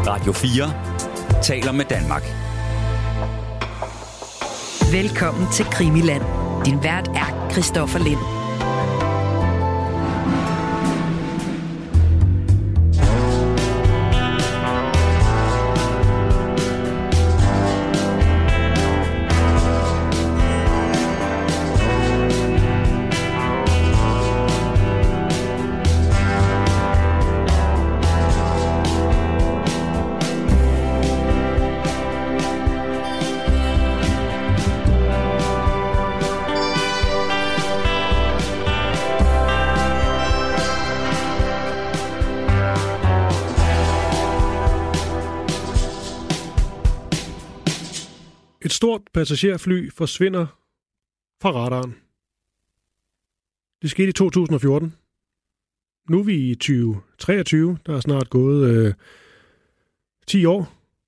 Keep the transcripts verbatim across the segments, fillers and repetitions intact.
Radio fire taler med Danmark. Velkommen til Krimiland. Din vært er Christoffer Lind. Et stort passagerfly forsvinder fra radaren. Det skete i to tusind og fjorten. Nu er vi i tyve treogtyve. Der er snart gået øh, ti år.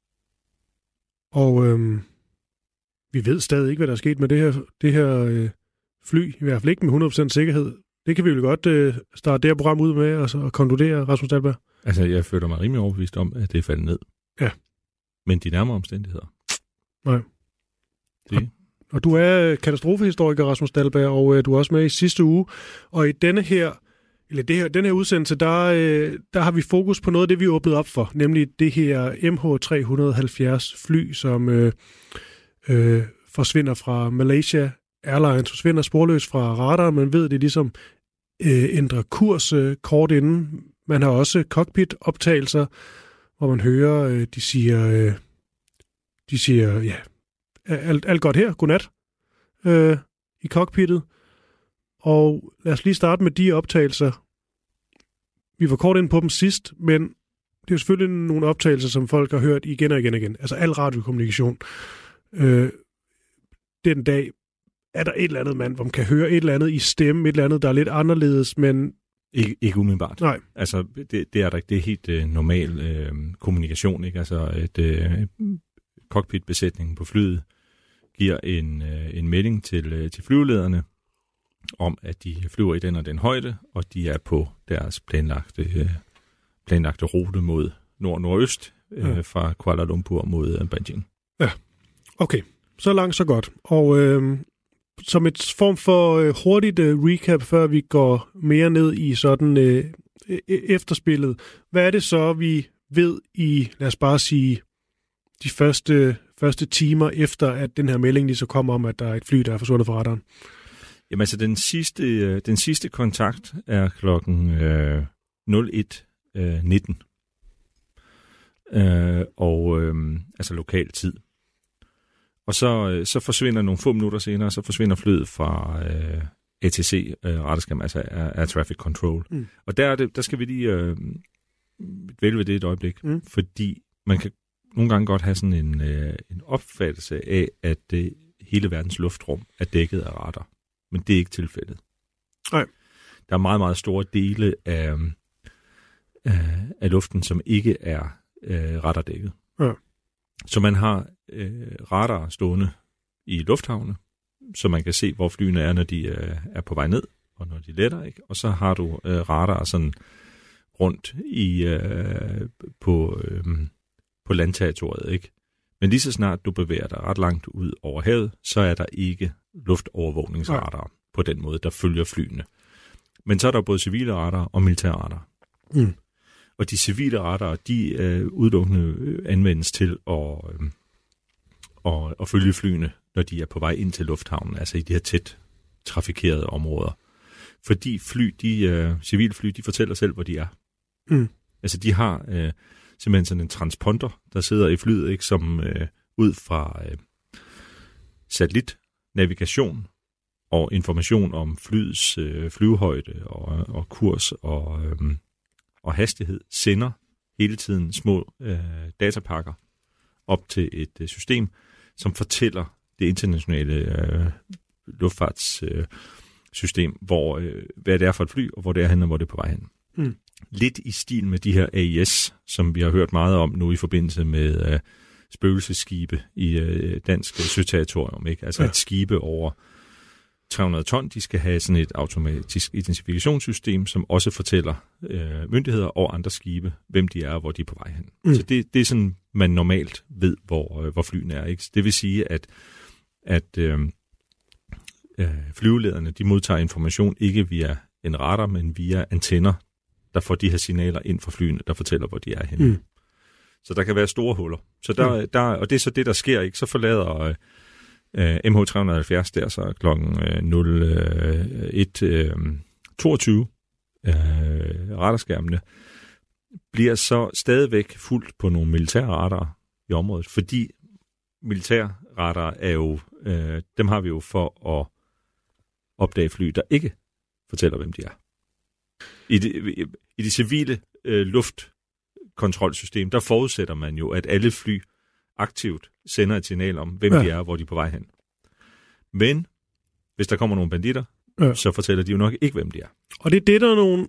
Og øh, vi ved stadig ikke, hvad der er sket med det her, det her øh, fly. I hvert fald ikke med hundrede procent sikkerhed. Det kan vi jo godt øh, starte det her program ud med og, og konkludere, Rasmus Dahlberg. Altså, jeg føler mig rimelig overbevist om, at det er faldet ned. Ja. Men de nærmere omstændigheder? Nej. Det. Og, og du er katastrofehistoriker, Rasmus Dahlberg, og øh, du er også med i sidste uge. Og i denne her, eller det her, den her udsendelse, der, øh, der har vi fokus på noget af det, vi åbnede op for. Nemlig det her M H tre halvfjerds fly, som øh, øh, forsvinder fra Malaysia Airlines, forsvinder sporløst fra radar. Man ved, det ligesom øh, ændrer kurs øh, kort inden. Man har også cockpit-optagelser, hvor man hører, øh, de siger, øh, de siger, ja, alt, alt godt her, godnat, øh, i cockpittet. Og lad os lige starte med de optagelser. Vi var kort inde på dem sidst, men det er jo selvfølgelig nogle optagelser, som folk har hørt igen og igen og igen. Altså al radiokommunikation. Øh, den dag er der et eller andet mand, hvor man kan høre et eller andet i stemme, et eller andet, der er lidt anderledes, men Ikke, ikke umiddelbart. Nej. Altså, det, det er der ikke. Det er helt øh, normal øh, kommunikation, ikke? Altså, et øh, cockpitbesætningen på flyet giver en, øh, en melding til, øh, til flyvelederne om, at de flyver i den og den højde, og de er på deres planlagte, øh, planlagte rute mod nord-nordøst, øh, ja. fra Kuala Lumpur mod øh, Beijing. Ja, okay. Så langt, så godt. Og øh, som et form for øh, hurtigt øh, recap, før vi går mere ned i sådan øh, efterspillet. Hvad er det så, vi ved i, lad os bare sige, de første, første timer efter, at den her melding lige så kommer om, at der er et fly, der er forsvundet fra radaren? Jamen altså, den sidste, den sidste kontakt er klokken øh, nul et nitten. Øh, og øh, altså lokal tid. Og så, så forsvinder nogle få minutter senere, så forsvinder flyet fra øh, A T C, øh, radarskærm, altså Air Traffic Control. Mm. Og der, er det, der skal vi lige øh, vælge det et øjeblik, mm. fordi man kan nogle gange godt have sådan en, øh, en opfattelse af, at øh, hele verdens luftrum er dækket af radar. Men det er ikke tilfældet. Nej. Der er meget, meget store dele af, øh, af luften, som ikke er øh, radardækket. Ja. Så man har øh, radar stående i lufthavne, så man kan se, hvor flyene er, når de øh, er på vej ned, og når de letter, ikke? Og så har du øh, radar sådan rundt i øh, på, øh, på landterritoriet, ikke? Men lige så snart du bevæger dig ret langt ud over havet, så er der ikke luftovervågningsradar ja. på den måde, der følger flyene. Men så er der både civile radar og militære radar. Mm. Og de civile radarer, de øh, udelukkende anvendes til at, øh, at, at følge flyene, når de er på vej ind til lufthavnen, altså i de her tæt trafikerede områder. Fordi fly, de øh, civile fly, de fortæller selv, hvor de er. Mm. Altså de har øh, simpelthen sådan en transponder, der sidder i flyet, ikke, som øh, ud fra øh, satellitnavigation og information om flyets øh, flyvehøjde og, og kurs og øh, og hastighed sender hele tiden små øh, datapakker op til et øh, system, som fortæller det internationale øh, luftfartssystem, øh, hvor øh, hvad det er for et fly, og hvor det er hen, og hvor det er på vej hen. Mm. Lidt i stil med de her A I S, som vi har hørt meget om nu i forbindelse med øh, spøgelsesskibe i øh, dansk søterritorium, ikke? Altså ja. et skibe over tre hundrede ton, de skal have sådan et automatisk identifikationssystem, som også fortæller øh, myndigheder og andre skibe, hvem de er og hvor de er på vej hen. Mm. Så det, det er sådan, man normalt ved, hvor, øh, hvor flyene er. Ikke? Det vil sige, at, at øh, øh, flyvelederne, de modtager information ikke via en radar, men via antenner, der får de her signaler ind fra flyene, der fortæller, hvor de er henne. Mm. Så der kan være store huller. Så der, mm. der, og det er så det, der sker. Ikke? Så forlader øh, M H tre halvfjerds der så klokken nul et toogtyve øh, radarskærmene bliver så stadigvæk fuldt på nogle militære radarer i området, fordi militære radarer er jo, øh, dem har vi jo for at opdage fly, der ikke fortæller, hvem de er. I det, i det civile øh, luftkontrolsystem, der forudsætter man jo, at alle fly aktivt sender et signal om, hvem ja. de er, hvor de er på vej hen. Men hvis der kommer nogle banditter, ja. så fortæller de jo nok ikke, hvem de er. Og det er det, der er nogle...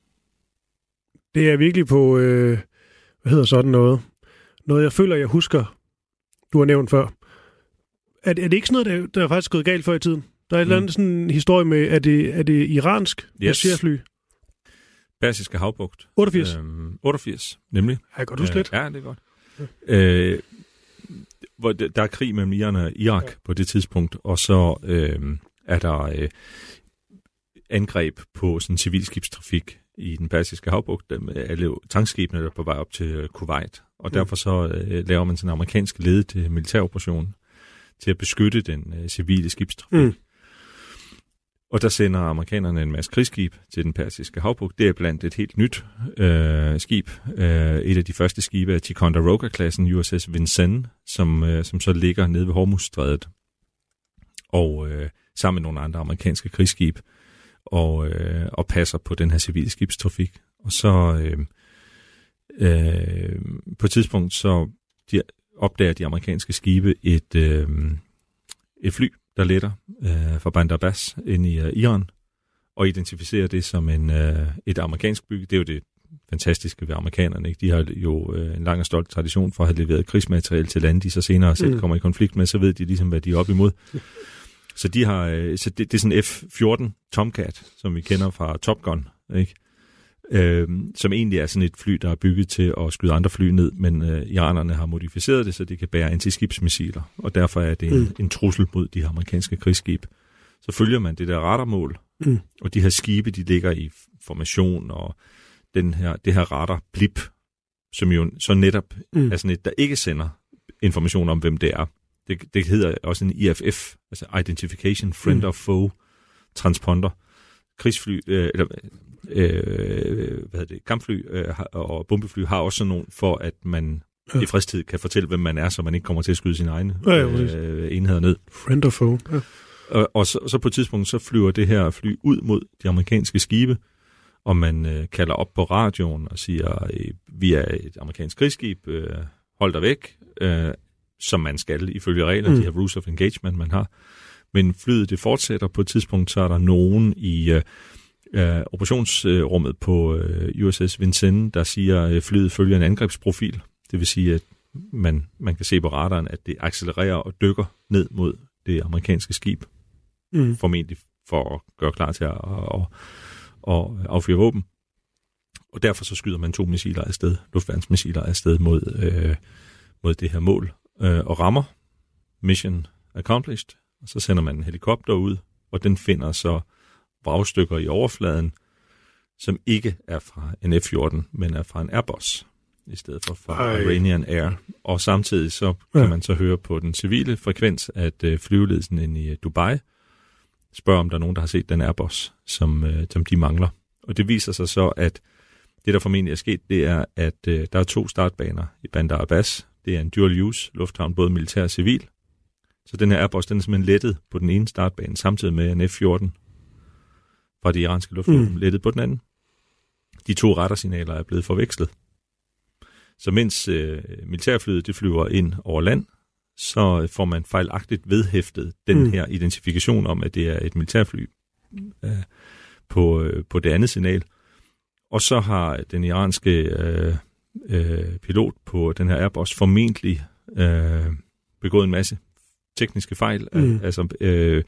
Det er virkelig på... Øh... Hvad hedder sådan noget? Noget, jeg føler, jeg husker, du har nævnt før. Er det, er det ikke sådan noget, der, der er faktisk gået galt før i tiden? Der er et mm. eller andet sådan en historie med, er det, er det iransk passagerfly? Yes. Persiske havbugt. otteogfirs? Øhm, otteogfirs, nemlig. Ja, godt huske lidt. Ja, det er godt. Ja. Øh, hvor der er krig mellem Iran og Irak ja. på det tidspunkt, og så øh, er der øh, angreb på sådan civilskibstrafik i den persiske havbugt, med alle tankskibene, der er på vej op til Kuwait. Og derfor så øh, laver man sådan en amerikansk ledet militæroperation til at beskytte den øh, civile skibstrafik. Mm. Og der sender amerikanerne en masse krigsskib til den persiske havbugt. Det er blandt et helt nyt øh, skib. Øh, et af de første skibe er Ticonderoga-klassen U S S Vincennes, som, øh, som så ligger nede ved Hormuzstrædet. Og øh, sammen med nogle andre amerikanske krigsskib. Og, øh, og passer på den her civile skibstrafik. Og så øh, øh, på et tidspunkt så de, opdager de amerikanske skibe et, øh, et fly, der letter øh, fra Bandar Abbas ind i uh, Iran, og identificerer det som en, øh, et amerikansk bygge. Det er jo det fantastiske ved amerikanerne. Ikke? De har jo øh, en lang og stolt tradition for at have leveret krigsmateriel til lande, de så senere selv mm. kommer i konflikt med, så ved de ligesom, hvad de er op imod. Så, de har, øh, så det, det er sådan en F fjorten Tomcat, som vi kender fra Top Gun, ikke? Øh, som egentlig er sådan et fly, der er bygget til at skyde andre fly ned, men øh, iranerne har modificeret det, så det kan bære antiskibsmissiler, og derfor er det en, mm. en trussel mod de her amerikanske krigsskib. Så følger man det der radarmål, mm. og de her skibe, de ligger i formation, og den her, det her radar-blip, som jo så netop mm. er sådan et, der ikke sender information om, hvem det er. Det, det hedder også en I F F, altså Identification Friend mm. or Foe Transponder. Krigsfly, øh, eller øh, hvad hedder det, kampfly øh, og bombefly har også sådan nogle, for at man ja. i fredstid kan fortælle, hvem man er, så man ikke kommer til at skyde sine egne ja, ja, øh, enheder ned. Friend or foe. Ja. Og, og, så, og så på et tidspunkt, så flyver det her fly ud mod de amerikanske skibe, og man øh, kalder op på radioen og siger, øh, vi er et amerikansk krigsskib, øh, hold dig væk, øh, som man skal ifølge reglerne, mm. de her rules of engagement, man har. Men flyet, det fortsætter. På et tidspunkt, så er der nogen i øh, øh, operationsrummet på øh, U S S Vincennes, der siger, at flyet følger en angrebsprofil. Det vil sige, at man, man kan se på radaren, at det accelererer og dykker ned mod det amerikanske skib. Mm. Formentlig for at gøre klar til at, at, at affyre våben. Og derfor så skyder man to missiler afsted, luftværnsmissiler afsted mod, øh, mod det her mål, øh, og rammer. Mission accomplished. Og så sender man en helikopter ud, og den finder så vragstykker i overfladen, som ikke er fra en F fjorten, men er fra en Airbus, i stedet for fra Ej. Iranian Air. Og samtidig så kan ja. man så høre på den civile frekvens, at øh, flyveledelsen inde i Dubai spørger, om der er nogen, der har set den Airbus, som, øh, som de mangler. Og det viser sig så, at det, der formentlig er sket, det er, at øh, der er to startbaner i Bandar Abbas. Det er en dual-use lufthavn, både militær og civil. Så den her Airbus, den er simpelthen lettet på den ene startbane, samtidig med en F fjorten fra det iranske luftvåben, mm. lettet på den anden. De to radarsignaler er blevet forvekslet. Så mens øh, militærflyet det flyver ind over land, så får man fejlagtigt vedhæftet den mm. her identifikation om, at det er et militærfly øh, på, øh, på det andet signal. Og så har den iranske øh, øh, pilot på den her Airbus formentlig øh, begået en masse tekniske fejl. Mm. Altså, øh,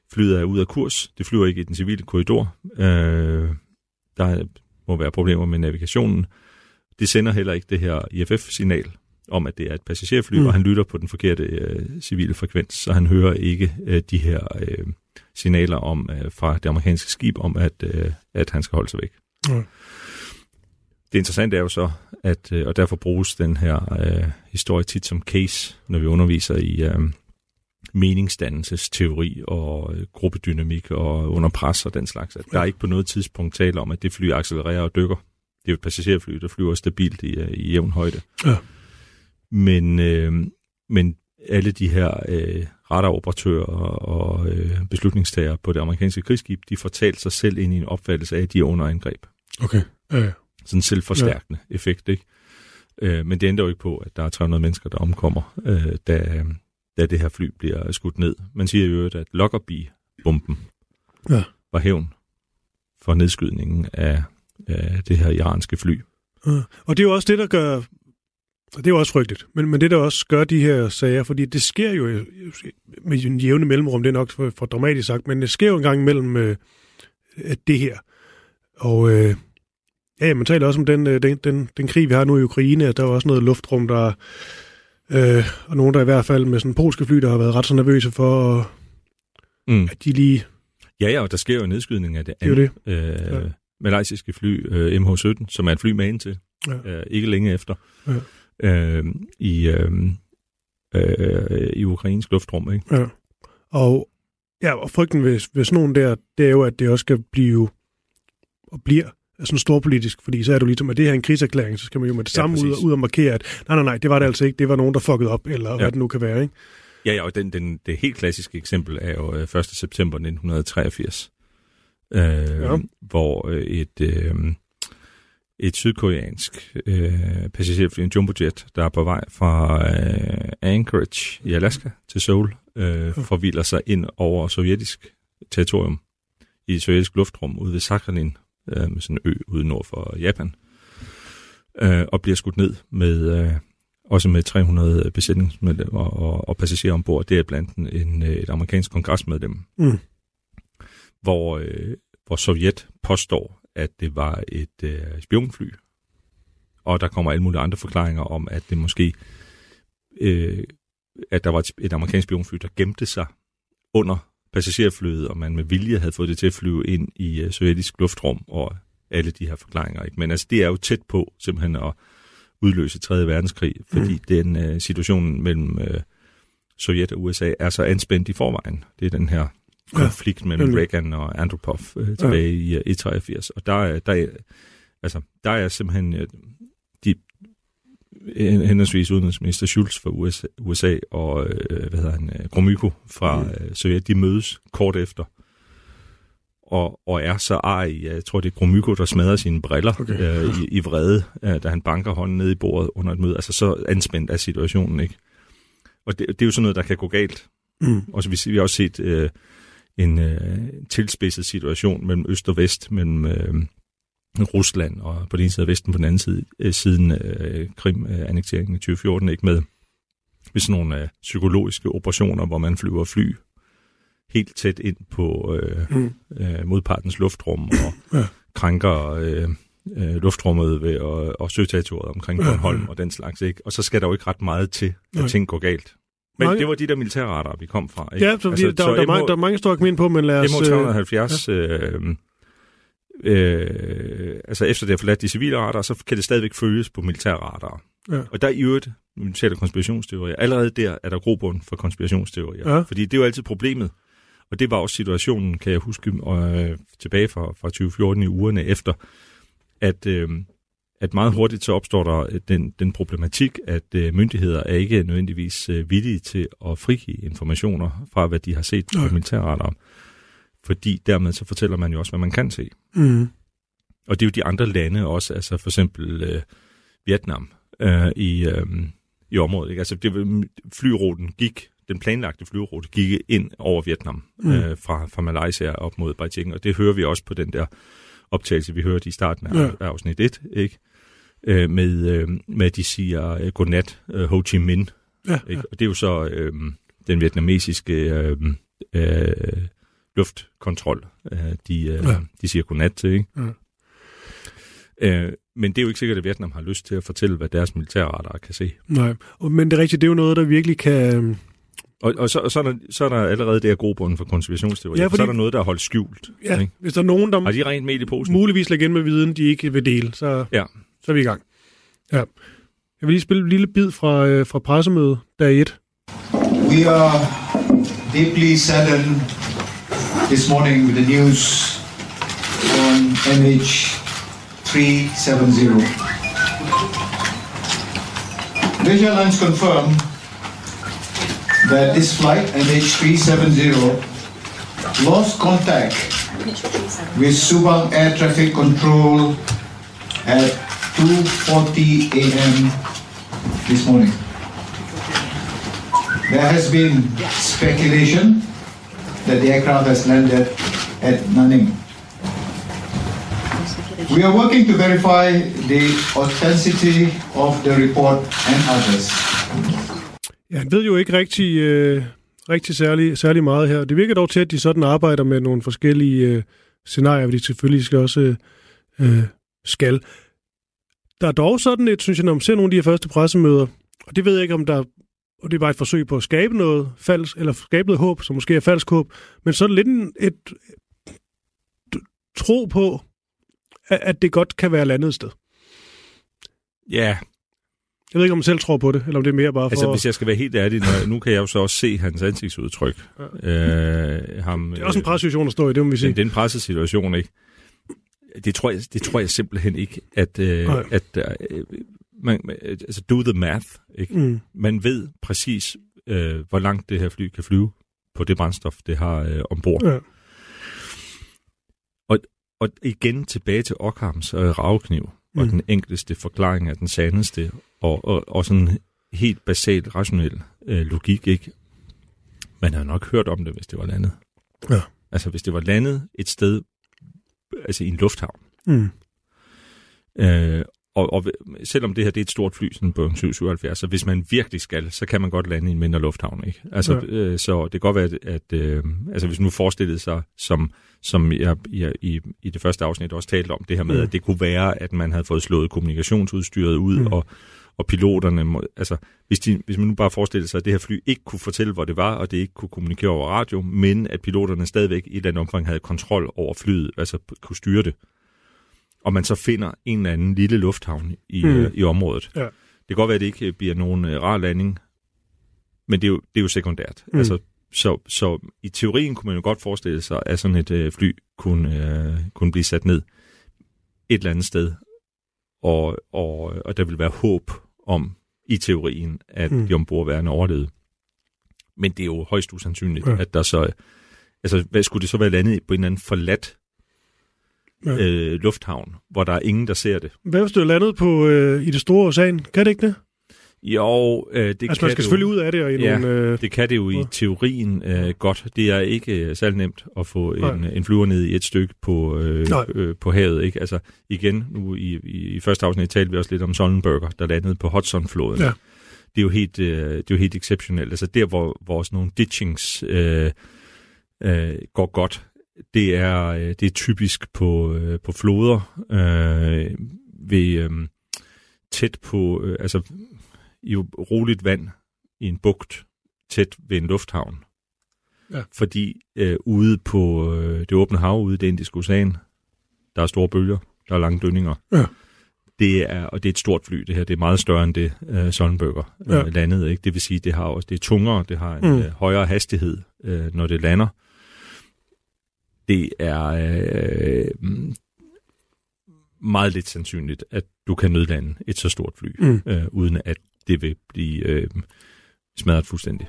Flyet er ude af kurs. Det flyver ikke i den civile korridor. Øh, der må være problemer med navigationen. Det sender heller ikke det her I F F-signal om, at det er et passagerfly, mm. og han lytter på den forkerte øh, civile frekvens, så han hører ikke øh, de her øh, signaler om øh, fra det amerikanske skib om, at, øh, at han skal holde sig væk. Mm. Det interessante er jo så, at, øh, og derfor bruges den her øh, historie tit som case, når vi underviser i øh, meningsdannelsesteori og øh, gruppedynamik og under pres og den slags. At der er ikke på noget tidspunkt tale om, at det fly accelererer og dykker. Det er jo et passagerfly, der flyver stabilt i, i jævn højde. Ja. Men, øh, men alle de her øh, radaroperatører og øh, beslutningstagere på det amerikanske krigsskib, de fortalte sig selv ind i en opfattelse af, at de er under angreb. Okay. Ja, ja. Sådan en selvforstærkende ja. effekt, ikke? Øh, men det ændrer jo ikke på, at der er tre hundrede mennesker, der omkommer, øh, da, da det her fly bliver skudt ned. Man siger jo, at Lockerbie-bomben ja. var hævn for nedskydningen af, af det her iranske fly. Ja. Og det er jo også det, der gør... Det er jo også frygteligt, men, men det der også gør de her sager, fordi det sker jo med en jævne mellemrum, det er nok for, for dramatisk sagt, men det sker jo en gang imellem øh, det her. Og øh, ja, man taler også om den, den, den, den krig, vi har nu i Ukraine, at der er også noget luftrum, der øh, og nogen, der i hvert fald med sådan polske fly, der har været ret så nervøse for, mm. at de lige... Ja, ja, og der sker jo en nedskydning af det andet øh, ja. malaysiske fly, øh, M H sytten, som er et fly med ind til, ja. øh, ikke længe efter. Ja. Øh, i, øh, øh, i ukrainsk luftrum, ikke? Ja. Og, ja, og frygten ved, ved sådan nogen der, det er jo, at det også skal blive, og bliver sådan storpolitisk, fordi så er du ligesom, at det her er en krigserklæring, så skal man jo med det ja, samme ud, ud og markere, at nej, nej, nej, det var det altså ikke, det var nogen, der fuckede op, eller ja. hvad det nu kan være, ikke? Ja, ja, og den, den, det helt klassiske eksempel er jo første september nitten treogfirs, øh, ja. hvor et... Øh, et sydkoreansk øh, passagerfly, en jumbojet, der er på vej fra øh, Anchorage i Alaska til Seoul, øh, forviler sig ind over sovjetisk territorium i sovjetisk luftrum ude ved Sakhalin, øh, med sådan en ø ude nord for Japan, øh, og bliver skudt ned med øh, også med tre hundrede besætningsmedlemmer og, og passagerer ombord. Det er blandt en, et amerikansk kongresmedlem, mm. hvor, øh, hvor Sovjet påstår, at det var et øh, spionfly, og der kommer alle mulige andre forklaringer om, at det måske, øh, at der var et, et amerikansk spionfly, der gemte sig under passagerflyet, og man med vilje havde fået det til at flyve ind i øh, sovjetisk luftrum, og alle de her forklaringer. Ikke? Men altså, det er jo tæt på simpelthen at udløse tredje verdenskrig, fordi mm. den øh, situationen mellem øh, Sovjet og U S A er så anspændt i forvejen. Det er den her konflikt ja, mellem Reagan og Andropov øh, tilbage ja. i uh, treogfirs. Og der er, der, er, altså, der er simpelthen uh, de henholdsvis udenrigsminister Schultz fra U S A og øh, hvad hedder han, Gromyko fra øh, Sovjet, de mødes kort efter. Og, og er så arg, jeg tror det er Gromyko, der smadrer sine briller okay. øh, i, i vrede, øh, da han banker hånden ned i bordet under et møde. Altså så anspændt er situationen, ikke? Og det, det er jo sådan noget, der kan gå galt. Mm. Og så vi, vi har også set øh, en øh, tilspidset situation mellem øst og vest, mellem øh, Rusland og på den ene side af Vesten, på den anden side, øh, siden øh, Krim-annekteringen i tyve fjorten, ikke med, med sådan nogle øh, psykologiske operationer, hvor man flyver fly helt tæt ind på øh, mm. øh, modpartens luftrum og ja. krænker øh, øh, luftrummet ved, og, og søterritoriet omkring Bornholm ja. og den slags, ikke? Og så skal der jo ikke ret meget til, at ja. ting går galt. Men mange... det var de der militærradarer, vi kom fra, ikke? Ja, så altså, der, så der, der, mange, der er mange store at komme ind på, men lad os... M H tre hundrede og halvfjerds, ja. øh, øh, altså efter det har forladt de civile radarer, så kan det stadigvæk følges på militærradarer. Ja. Og der er i øvrigt, når vi taler konspirationsteorier, allerede der er der grobund for konspirationsteorier. Ja. Fordi det er jo altid problemet. Og det var også situationen, kan jeg huske, øh, tilbage fra, fra tyve fjorten i ugerne efter, at, øh, at meget hurtigt så opstår der den, den problematik, at øh, myndigheder er ikke nødvendigvis øh, villige til at frigive informationer fra, hvad de har set på militærradarer. Fordi dermed så fortæller man jo også, hvad man kan se. Mm. Og det er jo de andre lande også, altså for eksempel øh, Vietnam øh, i, øh, i området. Ikke? Altså det, flyruten gik, den planlagte flyrute gik ind over Vietnam mm. øh, fra, fra Malaysia op mod Beijing, og det hører vi også på den der optagelse, vi hørte i starten af, ja. af afsnit et, ikke? Øh, med, øh, med at de siger øh, godnat øh, Ho Chi Minh. Ja, ikke? Ja. Og det er jo så øh, den vietnamesiske øh, øh, luftkontrol, øh, de, øh, ja. de siger godnat til, ikke? Ja. Øh, men det er jo ikke sikkert, at Vietnam har lyst til at fortælle, hvad deres militærradar kan se. Nej, men det er rigtigt, det er jo noget, der virkelig kan... Og, og, så, og så, er der, så er der allerede der grobund for konspirationsteorier. Ja, fordi... Så er der noget, der er holdt skjult. Ja, ikke? Hvis der er nogen, der... Har de rent med i posen? Muligvis lægger ind med viden, de ikke vil dele, så, ja. så er vi i gang. Ja. Jeg vil lige spille en lille bid fra, øh, fra pressemødet, dag et. We are deeply saddened this morning with the news on M H three seventy. Malaysia Airlines confirm that this flight M H three seventy lost contact with Subang Air Traffic Control at two forty a.m. this morning. There has been speculation that the aircraft has landed at Nanning. We are working to verify the authenticity of the report and others. Ja, han ved jo ikke rigtig, øh, rigtig særlig, særlig meget her. Det virker dog til, at de sådan arbejder med nogle forskellige øh, scenarier, de selvfølgelig skal også øh, skal. Der er dog sådan et, synes jeg, når man ser nogle af de her første pressemøder, og det ved jeg ikke, om der og det var et forsøg på at skabe noget falsk, eller skabe noget håb, som måske er falsk håb, men så er det lidt en, et, et tro på, at, at det godt kan være landet et sted. Ja. Yeah. Jeg ved ikke, om man selv tror på det, eller om det er mere bare for... Altså, hvis jeg skal være helt ærlig, når, nu kan jeg jo så også se hans ansigtsudtryk. Ja. Øh, ham, det er også en pressesituation, der står i, det må vi sige. Det er en pressesituation, ikke? Det tror jeg, det tror jeg simpelthen ikke, at... Øh, at øh, Man, altså do the math, ikke? Mm. Man ved præcis, øh, hvor langt det her fly kan flyve på det brændstof, det har øh, ombord. Ja. Og, og igen tilbage til Ockhams øh, ravkniv, mm. og den enkleste forklaring er den sandeste, og, og, og sådan helt basalt rationel øh, logik, ikke? Man har nok hørt om det, hvis det var landet. Ja. Altså hvis det var landet et sted, altså i en lufthavn. Mm. Øh, Og, og selvom det her det er et stort fly, sådan på syv syvoghalvfjerds, så hvis man virkelig skal, så kan man godt lande i en mindre lufthavn, ikke? Altså, ja. øh, så det kan godt være, at, at øh, altså, hvis nu forestillede sig, som, som jeg, jeg i, i det første afsnit også talte om, det her med, mm. at det kunne være, at man havde fået slået kommunikationsudstyret ud, mm. og, og piloterne, må, altså, hvis, de, hvis man nu bare forestillede sig, at det her fly ikke kunne fortælle, hvor det var, og det ikke kunne kommunikere over radio, men at piloterne stadigvæk i et eller andet omfang havde kontrol over flyet, altså kunne styre det, og man så finder en eller anden lille lufthavn i, mm. øh, i området. Ja. Det kan godt være, at det ikke bliver nogen øh, rar landing, men det er jo, det er jo sekundært. Mm. Altså, så, så i teorien kunne man jo godt forestille sig, at sådan et øh, fly kunne, øh, kunne blive sat ned et eller andet sted, og, og, og der vil være håb om, i teorien, at mm. de ombordværende overlevede. Men det er jo højst usandsynligt, ja. at der så... Altså, hvad skulle det så være landet på en eller anden forladt Ja. Øh, lufthavn, hvor der er ingen, der ser det. Hvad hvis du er landet på, øh, i det store ocean? Kan det ikke det? Jo, øh, det altså, kan man skal selvfølgelig jo. ud af det. Og i ja, nogle, øh... det kan det jo i teorien øh, godt. Det er ikke øh, særlig nemt at få en, en flyver ned i et stykke på, øh, øh, på havet. Ikke? Altså igen, nu i, i, i første afsnit talte vi også lidt om Sonnenberger, der landede på Hudson-floden. Ja. Det er jo helt, øh, det er jo helt exceptionelt. Altså der, hvor, hvor sådan nogle ditchings øh, øh, går godt, Det er, det er typisk på, på floder, øh, ved, øh, tæt på, øh, altså i roligt vand i en bugt, tæt ved en lufthavn. Ja. Fordi øh, ude på øh, det åbne hav, ude i det Indiske Ocean, der er store bølger, der er lange dønninger. Ja. Det er, og det er et stort fly, det her. Det er meget større end det, øh, Sonnenberger øh, ja. landede. Ikke? Det vil sige, det har også, det er tungere, det har en mm. øh, højere hastighed, øh, når det lander. Det er øh, meget lidt sandsynligt, at du kan nødlande et så stort fly, mm. øh, uden at det vil blive øh, smadret fuldstændig.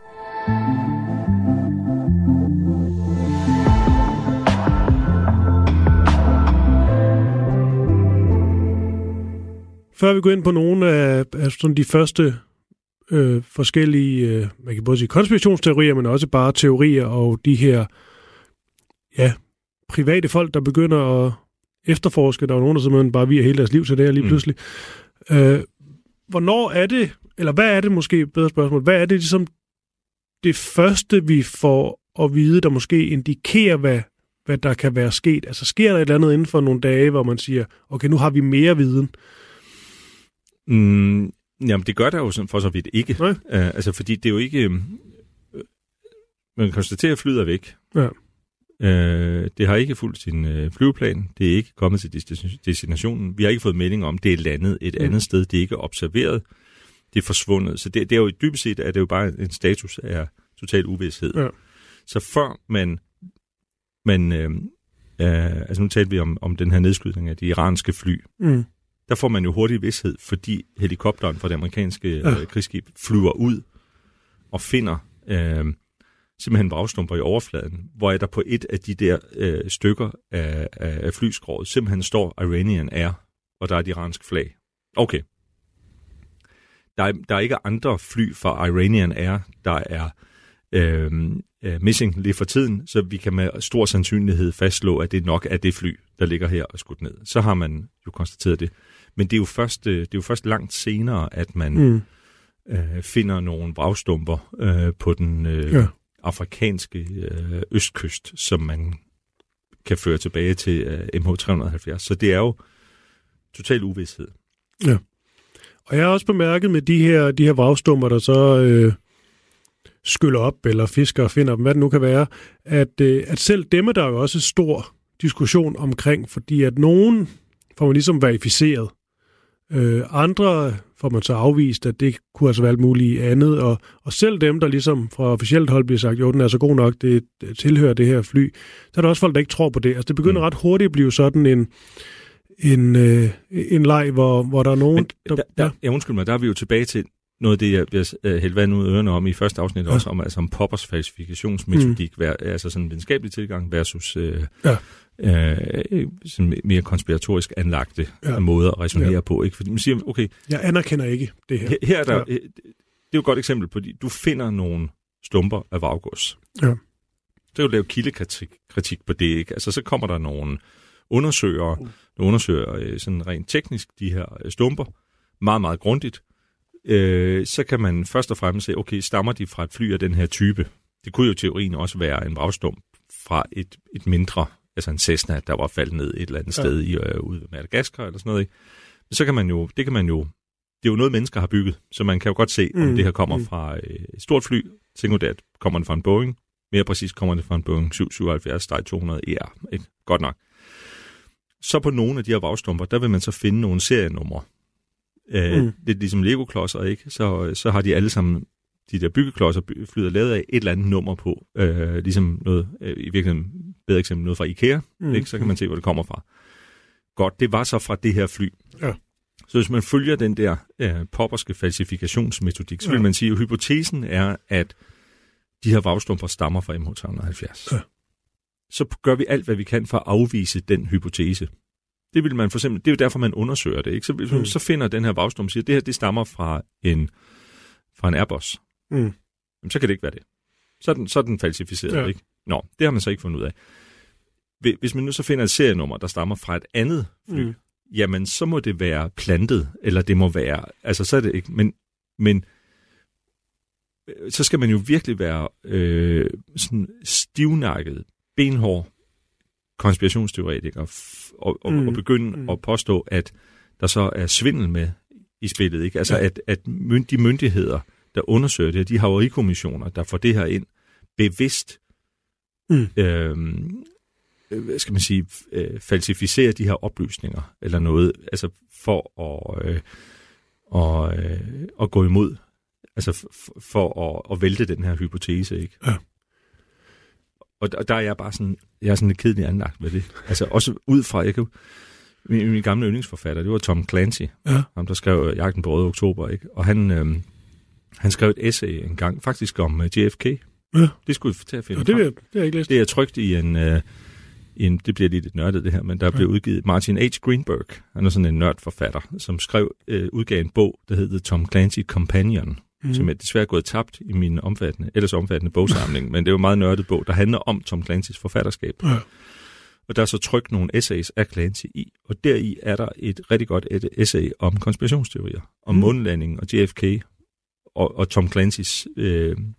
Før vi går ind på nogle af, af sådan de første øh, forskellige, øh, man kan både sige konspirationsteorier, men også bare teorier og de her ja, private folk, der begynder at efterforske. Der er nogen, der simpelthen bare viger hele deres liv til det her lige pludselig. Mm. Øh, hvornår er det, eller hvad er det måske, bedre spørgsmål, hvad er det ligesom det første, vi får at vide, der måske indikerer, hvad, hvad der kan være sket? Altså sker der et eller andet inden for nogle dage, hvor man siger, okay, nu har vi mere viden? Mm, jamen, det gør der jo for så vidt ikke. Nej. Uh, altså, fordi det er jo ikke... Uh, man konstaterer, at flyet er væk. Ja. Uh, det har ikke fulgt sin uh, flyveplan. Det er ikke kommet til destinationen. Vi har ikke fået melding om, det er landet et mm. andet sted. Det er ikke observeret. Det er forsvundet. Så det, det er jo dybest set, at det jo bare en status af total uvished. Ja. Så før man... man øh, øh, altså nu talte vi om, om den her nedskydning af de iranske fly. Mm. Der får man jo hurtig vished, fordi helikopteren fra det amerikanske ja. øh, krigsskib flyver ud og finder øh, simpelthen vragstumper i overfladen, hvor der på et af de der øh, stykker af, af flyskroget simpelthen står Iranian Air, og der er et iransk flag. Okay. Der er, der er ikke andre fly fra Iranian Air, der er øh, øh, missing lige for tiden, så vi kan med stor sandsynlighed fastslå, at det nok er det fly, der ligger her og skudt ned. Så har man jo konstateret det. Men det er jo først, det er jo først langt senere, at man mm. øh, finder nogle vragstumper øh, på den øh, ja. afrikanske øh, østkyst, som man kan føre tilbage til øh, M H tre halvfjerds. Så det er jo total uvished. Ja. Og jeg har også bemærket med de her, de her vragstumper, der så øh, skyller op, eller fisker og finder dem, hvad det nu kan være, at, øh, at selv dem er der jo også stor diskussion omkring, fordi at nogen får man ligesom verificeret. Øh, andre får man så afvist, at det kunne altså være alt muligt andet, og, og selv dem, der ligesom fra officielt hold bliver sagt, jo, den er så god nok, det tilhører det her fly, så er der også folk, der ikke tror på det. Altså det begynder mm. ret hurtigt at blive sådan en en, øh, en leg, hvor, hvor der er nogen... Men, der, der, ja, undskyld mig, der er vi jo tilbage til noget af det, jeg vil hælde vand ud af ørerne om i første afsnit, ja. også om, altså om Poppers falsifikationsmetodik, mm. altså sådan en videnskabelig tilgang versus øh, ja. øh, sådan mere konspiratorisk anlagte ja. måder at resonere ja. på. Ikke? Fordi man siger, okay... Jeg anerkender ikke det her. Her, her er der... Ja. Det er jo et godt eksempel på, at du finder nogle stumper af vraggods. Ja. Det er jo lavet kildekritik kritik på det, ikke? Altså, så kommer der nogle undersøgere, mm. der undersøger sådan rent teknisk de her stumper, meget, meget grundigt. Øh, så kan man først og fremmest se, okay, stammer de fra et fly af den her type? Det kunne jo i teorien også være en vragstump fra et, et mindre, altså en Cessna, der var faldet ned et eller andet ja. sted i, øh, ude ved Madagaskar eller sådan noget. Ikke? Så kan man jo, det kan man jo, det er jo noget, mennesker har bygget, så man kan jo godt se, mm. om det her kommer mm. fra et stort fly. Sekundært kommer det fra en Boeing. Mere præcis kommer det fra en Boeing syv syvoghalvfjerds to hundrede E R. Ikke? Godt nok. Så på nogle af de her vragstumper, der vil man så finde nogle serienumre. Øh, mm. Lidt ligesom Lego-klodser, ikke? Så, så har de alle sammen, de der byggeklodser, flyet lavet af et eller andet nummer på. Øh, ligesom noget, øh, i virkeligheden bedre eksempel, noget fra IKEA. Mm. Ikke? Så kan man se, hvor det kommer fra. Godt, det var så fra det her fly. Ja. Så hvis man følger den der øh, popperske falsifikationsmetodik, så vil ja. man sige, at hypotesen er, at de her vragstumper stammer fra M H tre halvfjerds. Ja. Så gør vi alt, hvad vi kan for at afvise den hypotese. Det vil man for eksempel, det er jo derfor, man undersøger det. Ikke? Så, mm. så finder den her vragstump og siger, at det her det stammer fra en, fra en Airbus. Mm. Jamen, så kan det ikke være det. Så er den, så er den falsificeret. Ja. Ikke? Nå, det har man så ikke fundet ud af. Hvis man nu så finder et serienummer, der stammer fra et andet fly, mm. jamen så må det være plantet, eller det må være, altså så er det ikke, men, men så skal man jo virkelig være øh, sådan stivnakket, benhård konspirationsteoretiker og, og, mm. og begynde mm. at påstå, at der så er svindel med i spillet. Ikke? Altså ja. at, at mynd, de myndigheder, der undersøger det, de havarikommissioner, der får det her ind, bevidst mm. øh, skal man sige, øh, falsificere de her oplysninger, eller noget, altså for at, øh, og, øh, at gå imod, altså f- for at, at vælte den her hypotese, ikke? Ja. Og der, der er jeg bare sådan, jeg er sådan lidt kedelig anlagt med det. Altså også ud fra, jeg kan, min, min gamle yndlingsforfatter, det var Tom Clancy, ja. ham der skrev Jagten på Røde Oktober, ikke? Og han, øh, han skrev et essay en gang, faktisk om uh, J F K. Ja. Det skulle vi tage at finde ja, det, vil, det har jeg ikke læst. Det er trykt i en, uh, i en, det bliver lige lidt nørdet det her, men der ja. blev udgivet Martin H. Greenberg, han er sådan en nørdforfatter, som skrev, uh, udgav en bog, der hedder Tom Clancy Companion, mm. som er desværre gået tabt i min omfattende, ellers omfattende bogsamling, men det er jo en meget nørdet bog, der handler om Tom Clancy's forfatterskab. Ja. Og der er så trykt nogle essays af Clancy i, og deri er der et rigtig godt et essay om konspirationsteorier, om mm. månelandingen og J F K, og, og Tom Clancy's øh,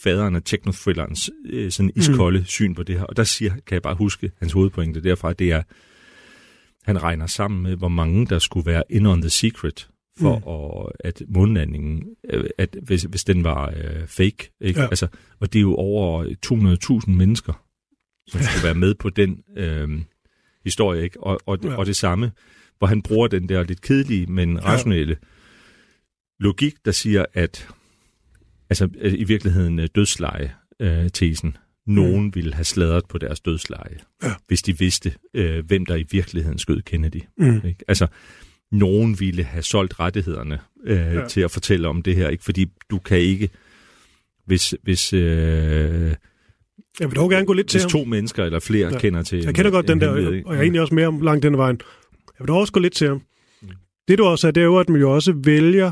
faderen af techno-thrillerens øh, sådan iskolde mm. syn på det her. Og der siger, kan jeg bare huske hans hovedpointe derfra, det er, han regner sammen med, hvor mange der skulle være in on the secret, for mm. at, at månelandingen, at hvis, hvis den var øh, fake, ikke? Ja. Altså, og det er jo over to hundrede tusind mennesker, som skulle være med på den øh, historie, ikke? Og, og, ja. og det samme, hvor han bruger den der lidt kedelige, men rationelle ja. logik, der siger, at altså i virkeligheden dødsleje-tesen, nogen mm. ville have sladret på deres dødsleje, ja. hvis de vidste, øh, hvem der i virkeligheden skød Kennedy. Mm. Ikke? Altså, nogen ville have solgt rettighederne øh, ja. til at fortælle om det her, ikke? Fordi du kan ikke, hvis, hvis, øh, jeg vil dog gerne gå lidt hvis til to ham. mennesker eller flere ja. kender til... Jeg kender godt den der, og jeg er egentlig også mere om langt denne vejen. Jeg vil dog også gå lidt til ham. Mm. Det du også er, det er jo, at man jo også vælger,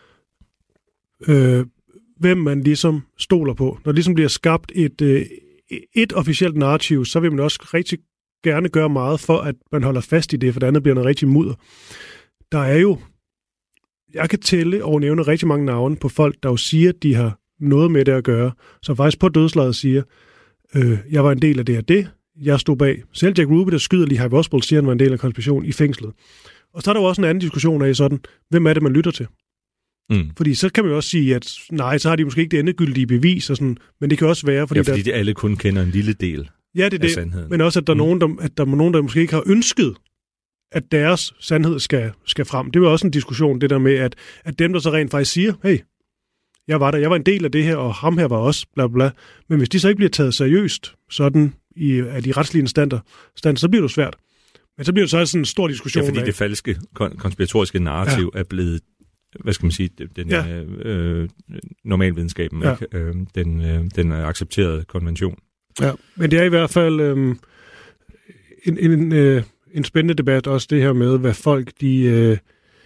øh, hvem man ligesom stoler på. Når der ligesom bliver skabt et, øh, et officielt narrativ, så vil man også rigtig gerne gøre meget for, at man holder fast i det, for det andet bliver noget rigtig mudder. Der er jo, jeg kan tælle og nævne rigtig mange navne på folk, der jo siger, at de har noget med det at gøre, som faktisk på dødslaget siger, øh, jeg var en del af det og det, jeg stod bag. Selv Jack Ruby, der skyder lige Harvey Oswald, siger, han var en del af konspirationen i fængslet. Og så er der jo også en anden diskussion af sådan, hvem er det, man lytter til? Mm. Fordi så kan man jo også sige, at nej, så har de måske ikke det endegyldige bevis, og sådan, men det kan også være, fordi, ja, fordi der, de alle kun kender en lille del ja, det er af det, sandheden. Men også, at der, mm. er nogen, der, at der er nogen, der måske ikke har ønsket, at deres sandhed skal, skal frem. Det er jo også en diskussion, det der med, at, at dem, der så rent faktisk siger, hey, jeg var der, jeg var en del af det her, og ham her var også, bla bla. Men hvis de så ikke bliver taget seriøst, sådan i, af de retslige instanser, stand, så bliver det svært. Men så bliver det så sådan en stor diskussion. Ja, fordi af, det falske konspiratoriske narrativ ja. er blevet, hvad skal man sige, den ja. øh, normalvidenskaben, ja. ikke? Øh, den, øh, den accepterede konvention. Ja, men det er i hvert fald øh, en, en, øh, en spændende debat, også det her med, hvad folk de, øh,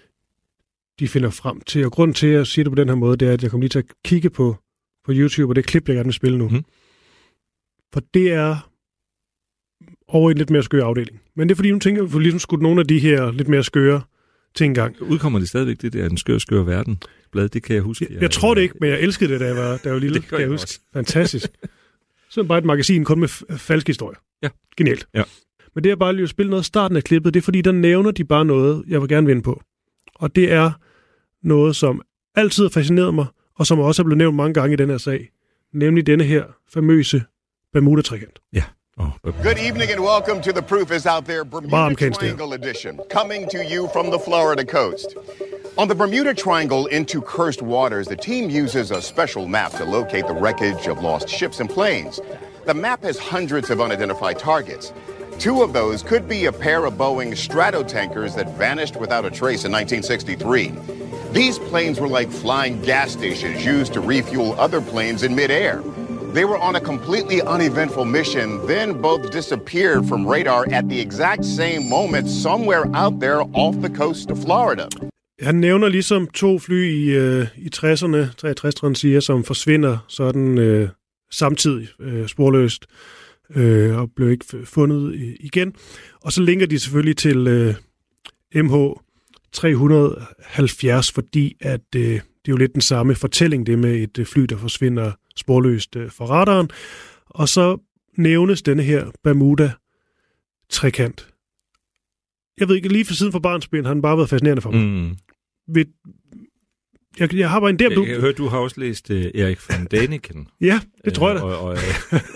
de finder frem til. Og grunden til, at jeg siger det på den her måde, det er, at jeg kommer lige til at kigge på, på YouTube, og det klip, jeg gerne vil spille nu. Mm. For det er over en lidt mere skøre afdeling. Men det er fordi, nu tænker vi, for ligesom skudt nogle af de her lidt mere skøre til en gang. Udkommer det stadigvæk, det der Den skøre, skøre verden? Blad, det kan jeg huske. Jeg, jeg, jeg tror det ikke, men jeg elskede det, da jeg var, da jeg var lille. Det kan jeg, jeg huske. Fantastisk. Så bare et magasin kun med f- falske historier. Ja. Genialt. Ja. Men det er bare lige at spille noget af starten af klippet, det er fordi, der nævner de bare noget, jeg vil gerne vinde på. Og det er noget, som altid har fascineret mig, og som også er blevet nævnt mange gange i den her sag. Nemlig denne her famøse Bermuda-trekant. Ja. Oh, Good evening and welcome to The Proof is Out There Bermuda Triangle edition, coming to you from the Florida coast. On the Bermuda Triangle into cursed waters, the team uses a special map to locate the wreckage of lost ships and planes. The map has hundreds of unidentified targets. Two of those could be a pair of Boeing Stratotankers that vanished without a trace in nineteen sixty-three. These planes were like flying gas stations used to refuel other planes in midair. They were on a completely uneventful mission, then both disappeared from radar at the exact same moment somewhere out there off the coast of Florida. Han nævner ligesom to fly i, øh, i tresserne, treogtres, tror han siger, som forsvinder sådan øh, samtidig øh, sporløst øh, og blev ikke fundet igen. Og så linker de selvfølgelig til øh, M H tre hundrede halvfjerds, fordi at øh, det er jo lidt den samme fortælling, det med et øh, fly, der forsvinder sporløst øh, fra radaren. Og så nævnes denne her Bermuda-trekant. Jeg ved ikke, lige for siden for barnsben har den bare været fascinerende for mig. Mm. Ved, jeg, jeg har bare en der... Jeg, jeg hørte, du har også læst uh, Erik von Däniken. Ja, det tror jeg da. Og, og, uh,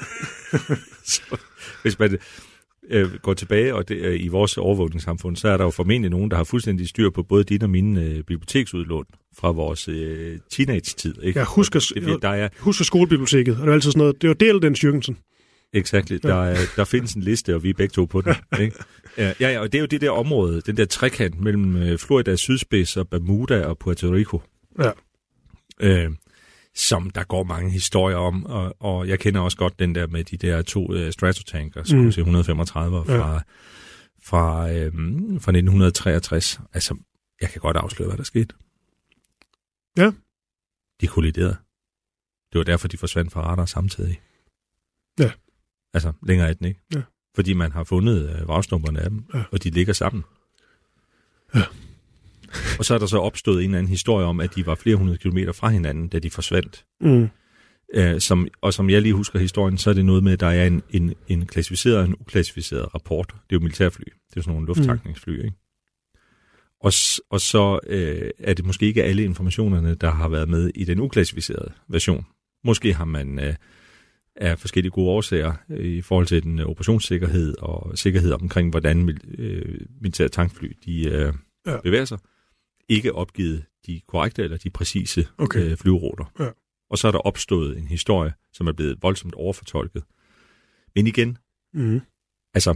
så, hvis man uh, går tilbage og det, uh, i vores overvågningssamfund, så er der jo formentlig nogen, der har fuldstændig styr på både din og mine uh, biblioteksudlån fra vores uh, teenage-tid. Ikke? Jeg husker, det, der er, husker skolebiblioteket, og det var altid sådan noget. Det var del den Jürgensen. Exakt. Der, er, der findes en liste, og vi er begge to på den. Ikke? Ja, ja, og det er jo det der område, den der trekant mellem Floridas sydspids og Bermuda og Puerto Rico, ja. øh, som der går mange historier om, og, og jeg kender også godt den der med de der to uh, Stratotankers, mm. et hundrede femogtredive fra, ja. fra, øh, fra nitten treogtres. Altså, jeg kan godt afsløre, hvad der skete. Ja. De kolliderede. Det var derfor, de forsvandt fra radar samtidig. Ja. Altså, længere er den ikke. Ja. Fordi man har fundet øh, vragstumperne af dem, ja. og de ligger sammen. Ja. Og så er der så opstået en eller anden historie om, at de var flere hundrede kilometer fra hinanden, da de forsvandt. Mm. Øh, som, og som jeg lige husker historien, så er det noget med, at der er en, en, en klassificeret og en uklassificeret rapport. Det er jo militærfly. Det er jo sådan nogle lufttankningsfly, ikke? Og, og så øh, er det måske ikke alle informationerne, der har været med i den uklassificerede version. Måske har man øh, af forskellige gode årsager øh, i forhold til den øh, operationssikkerhed og sikkerhed omkring, hvordan øh, militære tankfly de, øh, ja. bevæger sig, ikke opgivet de korrekte eller de præcise okay. øh, flyveruter. Ja. Og så er der opstået en historie, som er blevet voldsomt overfortolket. Men igen, mm. altså,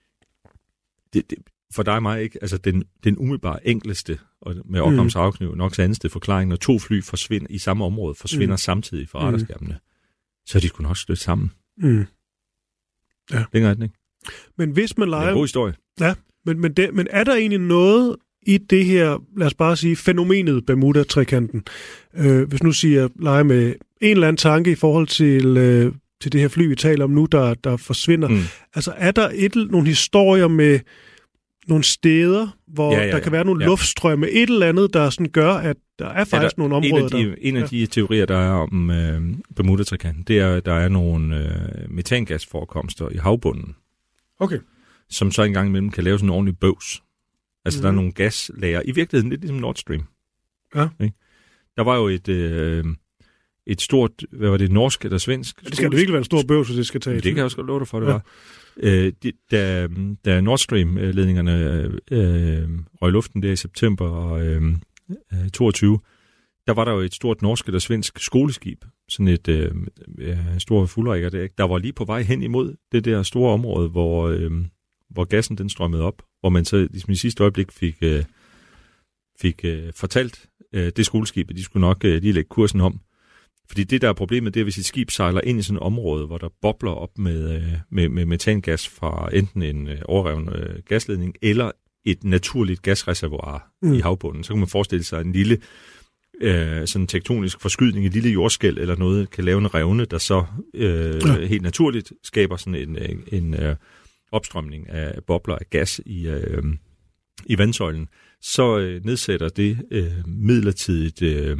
det, det, for dig og mig ikke, altså den, den umiddelbare enkleste, og med Occams mm. afkniv nok til andeste forklaring, når to fly forsvinder i samme område, forsvinder mm. samtidig fra radarskærmene, så er de sgu nok stødt sammen. Mm. Ja. Længere er den, ikke? Men hvis man leger... Det er en god historie. Ja, men, men, det, men er der egentlig noget i det her, lad os bare sige, fænomenet Bermuda-trekanten? Øh, hvis nu siger leger med en eller anden tanke i forhold til, øh, til det her fly, vi taler om nu, der, der forsvinder. Mm. Altså er der et, nogle historier med nogle steder, hvor ja, ja, ja. der kan være nogle ja. luftstrømme, et eller andet, der sådan gør, at der er faktisk ja, der, nogle områder, en af de, der... En af de ja. teorier, der er om øh, Bermuda-trekanten, det er, at der er nogle øh, metangasforekomster i havbunden. Okay. Som så engang imellem kan lave sådan en ordentlig bøvs. Altså, mm. der er nogle gaslager. I virkeligheden lidt ligesom Nord Stream. Ja. Ikke? Der var jo et, øh, et stort, hvad var det, norsk eller svensk? Det skal jo virkelig være en stor bøvs, hvis det skal tage. Det kan jeg også godt love dig for, det ja. var. Øh, de, da, da Nord Stream-ledningerne øh, røg i luften der i september øh, toogtyve, der var der jo et stort norsk eller svensk skoleskib, sådan et øh, øh, stort fuldrækker der, der var lige på vej hen imod det der store område, hvor, øh, hvor gassen den strømmede op, hvor man så ligesom i sidste øjeblik fik, øh, fik øh, fortalt øh, det skoleskib, at de skulle nok øh, lige lægge kursen om. Fordi det, der er problemet, det er, hvis et skib sejler ind i sådan et område, hvor der bobler op med, med, med metangas fra enten en overreven øh, gasledning eller et naturligt gasreservoir mm. i havbunden. Så kan man forestille sig en lille øh, sådan tektonisk forskydning, et lille jordskælv eller noget, kan lave en revne, der så øh, ja. helt naturligt skaber sådan en, en, en øh, opstrømning af bobler af gas i, øh, i vandsøjlen. Så øh, nedsætter det øh, midlertidigt... Øh,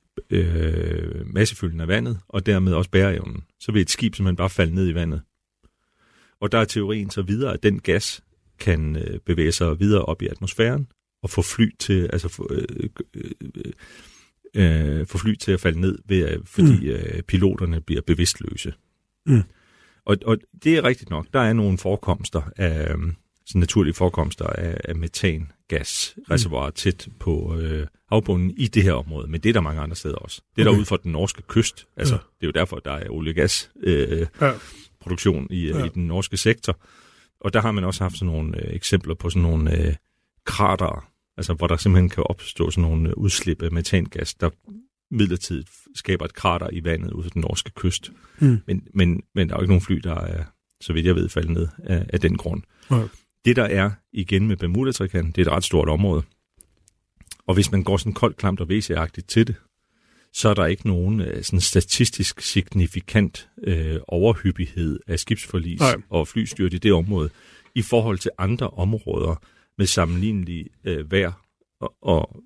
Øh, massefylden af vandet, og dermed også bæreevnen. Så vil et skib simpelthen bare falde ned i vandet. Og der er teorien så videre, at den gas kan øh, bevæge sig videre op i atmosfæren, og få fly til, altså få, øh, øh, øh, få fly til at falde ned, ved, fordi mm. øh, piloterne bliver bevidstløse. Mm. Og, og det er rigtigt nok. Der er nogle forekomster af, sådan naturlige forekomster af, af metangasreservoirer mm. tæt på øh, havbunden i det her område, men det er der mange andre steder også. Det er okay. der ude for den norske kyst. Altså, ja. Det er jo derfor, der er olie- og gas øh, ja. produktion i, ja. i den norske sektor. Og der har man også haft sådan nogle øh, eksempler på sådan nogle øh, kratere, altså hvor der simpelthen kan opstå sådan nogle øh, udslip af metangas, der midlertidigt skaber et krater i vandet ude for den norske kyst. Mm. Men, men, men der er jo ikke nogen fly, der er, så vidt jeg ved, faldet ned af, af den grund. Ja. Det, der er igen med Bermuda-trekanten, det er et ret stort område. Og hvis man går sådan koldt, klamt og væseagtigt til det, så er der ikke nogen øh, sådan statistisk signifikant øh, overhyppighed af skibsforlis Nej. og flystyrt i det område i forhold til andre områder med sammenlignelig øh, vejr og, og,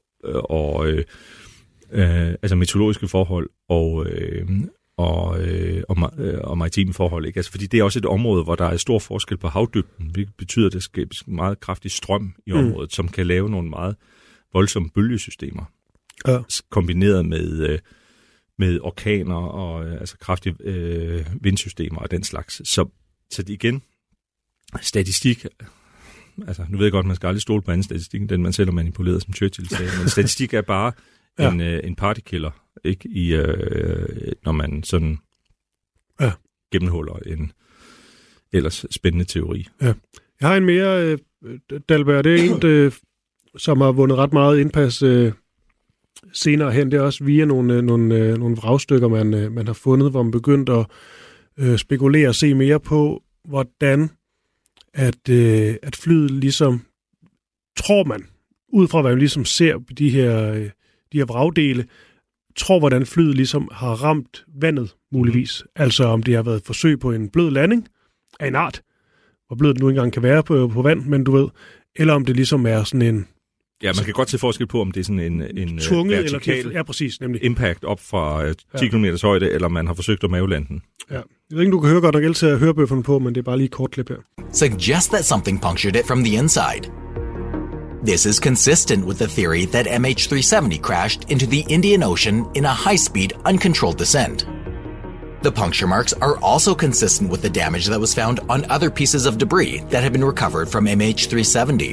og øh, øh, altså meteorologiske forhold og øh, og, øh, og, øh, og maritime forhold. Ikke? Altså, fordi det er også et område, hvor der er stor forskel på havdybden, hvilket betyder, at der skabes meget kraftig strøm i området, mm. som kan lave nogle meget voldsomme bølgesystemer, ja. kombineret med, øh, med orkaner og øh, altså kraftige øh, vindsystemer og den slags. Så, så det igen, statistik, altså nu ved jeg godt, man skal aldrig stole på anden statistik, den man selv har manipuleret, som Churchill sagde, men statistik er bare ja. en, øh, en partykiller, ikke i, øh, når man sådan ja. gennemhuller en ellers spændende teori. Ja. Jeg har en mere, øh, Dalberg, det er en, øh, som har vundet ret meget indpas øh, senere hen. Det er også via nogle, øh, nogle, øh, nogle vragstykker, man, øh, man har fundet, hvor man begyndt at øh, spekulere og se mere på, hvordan at, øh, at flyet ligesom, tror man, ud fra hvad man ligesom ser på de her, øh, de her vragdele, tror, hvordan flyet ligesom har ramt vandet, muligvis. Mm. Altså om det har været et forsøg på en blød landing af en art, hvor blød det nu engang kan være på, på vand, men du ved, eller om det ligesom er sådan en, Ja, man kan godt se forskel på, om det er sådan en, en tvunget, vertikal eller, ja, præcis, nemlig. impact op fra ti ja. kilometers højde, eller man har forsøgt at mavelande den. Ja. Jeg ved ikke, du kan høre godt nok altid at høre bøfferne på, men det er bare lige et kort klip her. Suggest that something punctured it from the inside. This is consistent with the theory that M H three seventy crashed into the Indian Ocean in a high-speed, uncontrolled descent. The puncture marks are also consistent with the damage that was found on other pieces of debris that had been recovered from M H three seventy.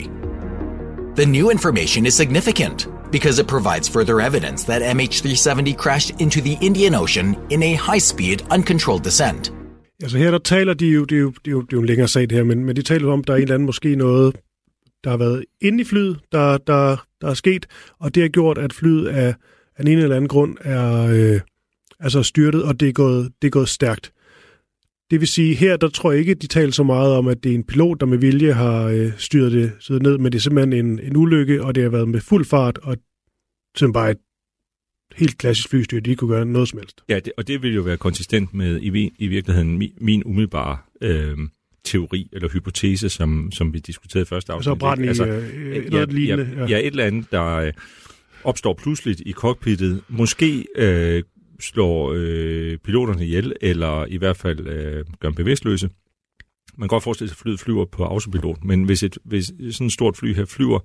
The new information is significant because it provides further evidence that M H three seventy crashed into the Indian Ocean in a high-speed, uncontrolled descent. Altså her der taler de jo, det er jo, det er jo, det er jo en længere sag det her, men, men de taler om, at der er en eller anden måske noget, der har været inde i flyet, der, der, der er sket, og det har gjort, at flyet af, af en eller anden grund er øh, altså styrtet, og det er, gået, det er gået stærkt. Det vil sige, her der tror jeg ikke, de taler så meget om, at det er en pilot, der med vilje har øh, styret det styret ned, men det er simpelthen en, en ulykke, og det har været med fuld fart, og simpelthen bare et helt klassisk flystyr, de kunne gøre noget som helst. Ja, det, og det vil jo være konsistent med i, i virkeligheden min, min umiddelbare øh, teori eller hypotese, som, som vi diskuterede i første afsnit. Så brændt i altså, øh, noget ja, lignende. Ja, ja, et eller andet, der øh, opstår pludseligt i cockpittet. Måske øh, slår øh, piloterne ihjel, eller i hvert fald øh, gør dem bevidstløse. Man kan godt forestille sig, at flyet flyver på autopilot, men hvis, et, hvis sådan et stort fly her flyver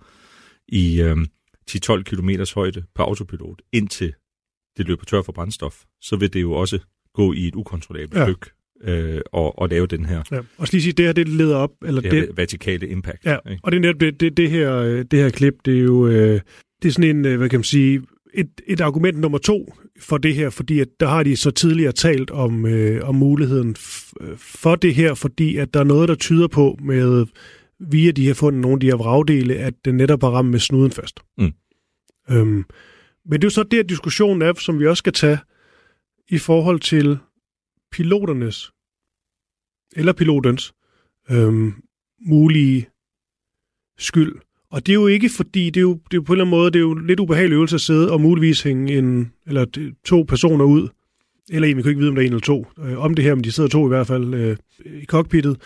i øh, ti til tolv kilometers højde på autopilot, indtil det løber tør for brændstof, så vil det jo også gå i et ukontrollabelt ja. dyk øh, og, og lave den her. Ja. Og så lige sige, det her, det leder op. Eller det, det vertikale impact. Ja, ikke? og det, er det, det, det, her, det her klip, det er jo øh, det er sådan en, hvad kan man sige, et, et argument nummer to for det her, fordi at der har de så tidligere talt om, øh, om muligheden f- for det her, fordi at der er noget, der tyder på med, via de har fundet nogle af de her vragdele, at den netop har ramt med snuden først. Mm. Øhm, men det er jo så det, diskussionen er, som vi også skal tage i forhold til piloternes, eller pilotens, øhm, mulige skyld. Og det er jo ikke fordi, det er jo, det er jo på en eller anden måde, det er jo lidt ubehagelig øvelse at sidde og muligvis hænge en, eller to personer ud, eller en, vi kan ikke vide, om der er en eller to, øh, om det her, men de sidder to i hvert fald øh, i cockpittet.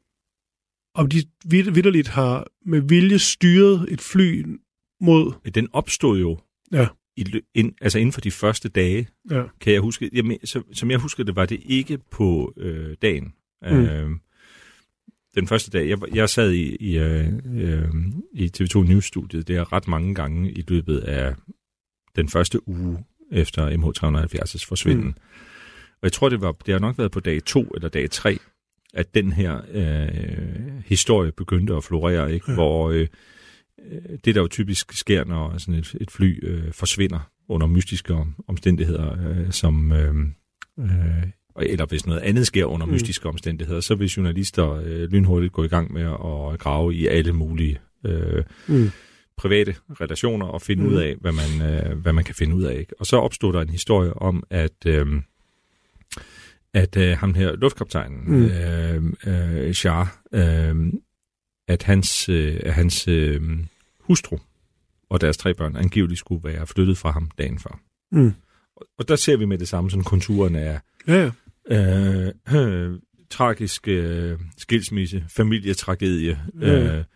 Om de vitterligt har med vilje styret et fly mod... Den opstod jo ja. i, ind, altså inden for de første dage, ja. kan jeg huske. Jamen, så, som jeg husker det, var det ikke på øh, dagen. Mm. Øh, den første dag, jeg, jeg sad i, i, øh, i T V to News-studiet, det er ret mange gange i løbet af den første uge efter M H tre halvfjerds' forsvinden. Mm. Og jeg tror, det, var, det har nok været på dag to eller dag tre, at den her øh, historie begyndte at florere, ikke? Ja. Hvor øh, det, der jo typisk sker, når sådan et, et fly øh, forsvinder under mystiske omstændigheder, øh, som... Øh, øh, eller hvis noget andet sker under mm. mystiske omstændigheder, så vil journalister øh, lynhurtigt gå i gang med at grave i alle mulige øh, mm. private relationer og finde mm. ud af, hvad man, øh, hvad man kan finde ud af. Ikke? Og så opstod der en historie om, at, øh, at øh, ham her, luftkaptajnen, mm. øh, øh, Shah, øh, at hans, øh, hans øh, hustru og deres tre børn angiveligt skulle være flyttet fra ham dagen før. Mm. Og, og der ser vi med det samme, sådan konturen af ja, øh, øh, tragisk øh, skilsmisse, familietragedie, ja. øh,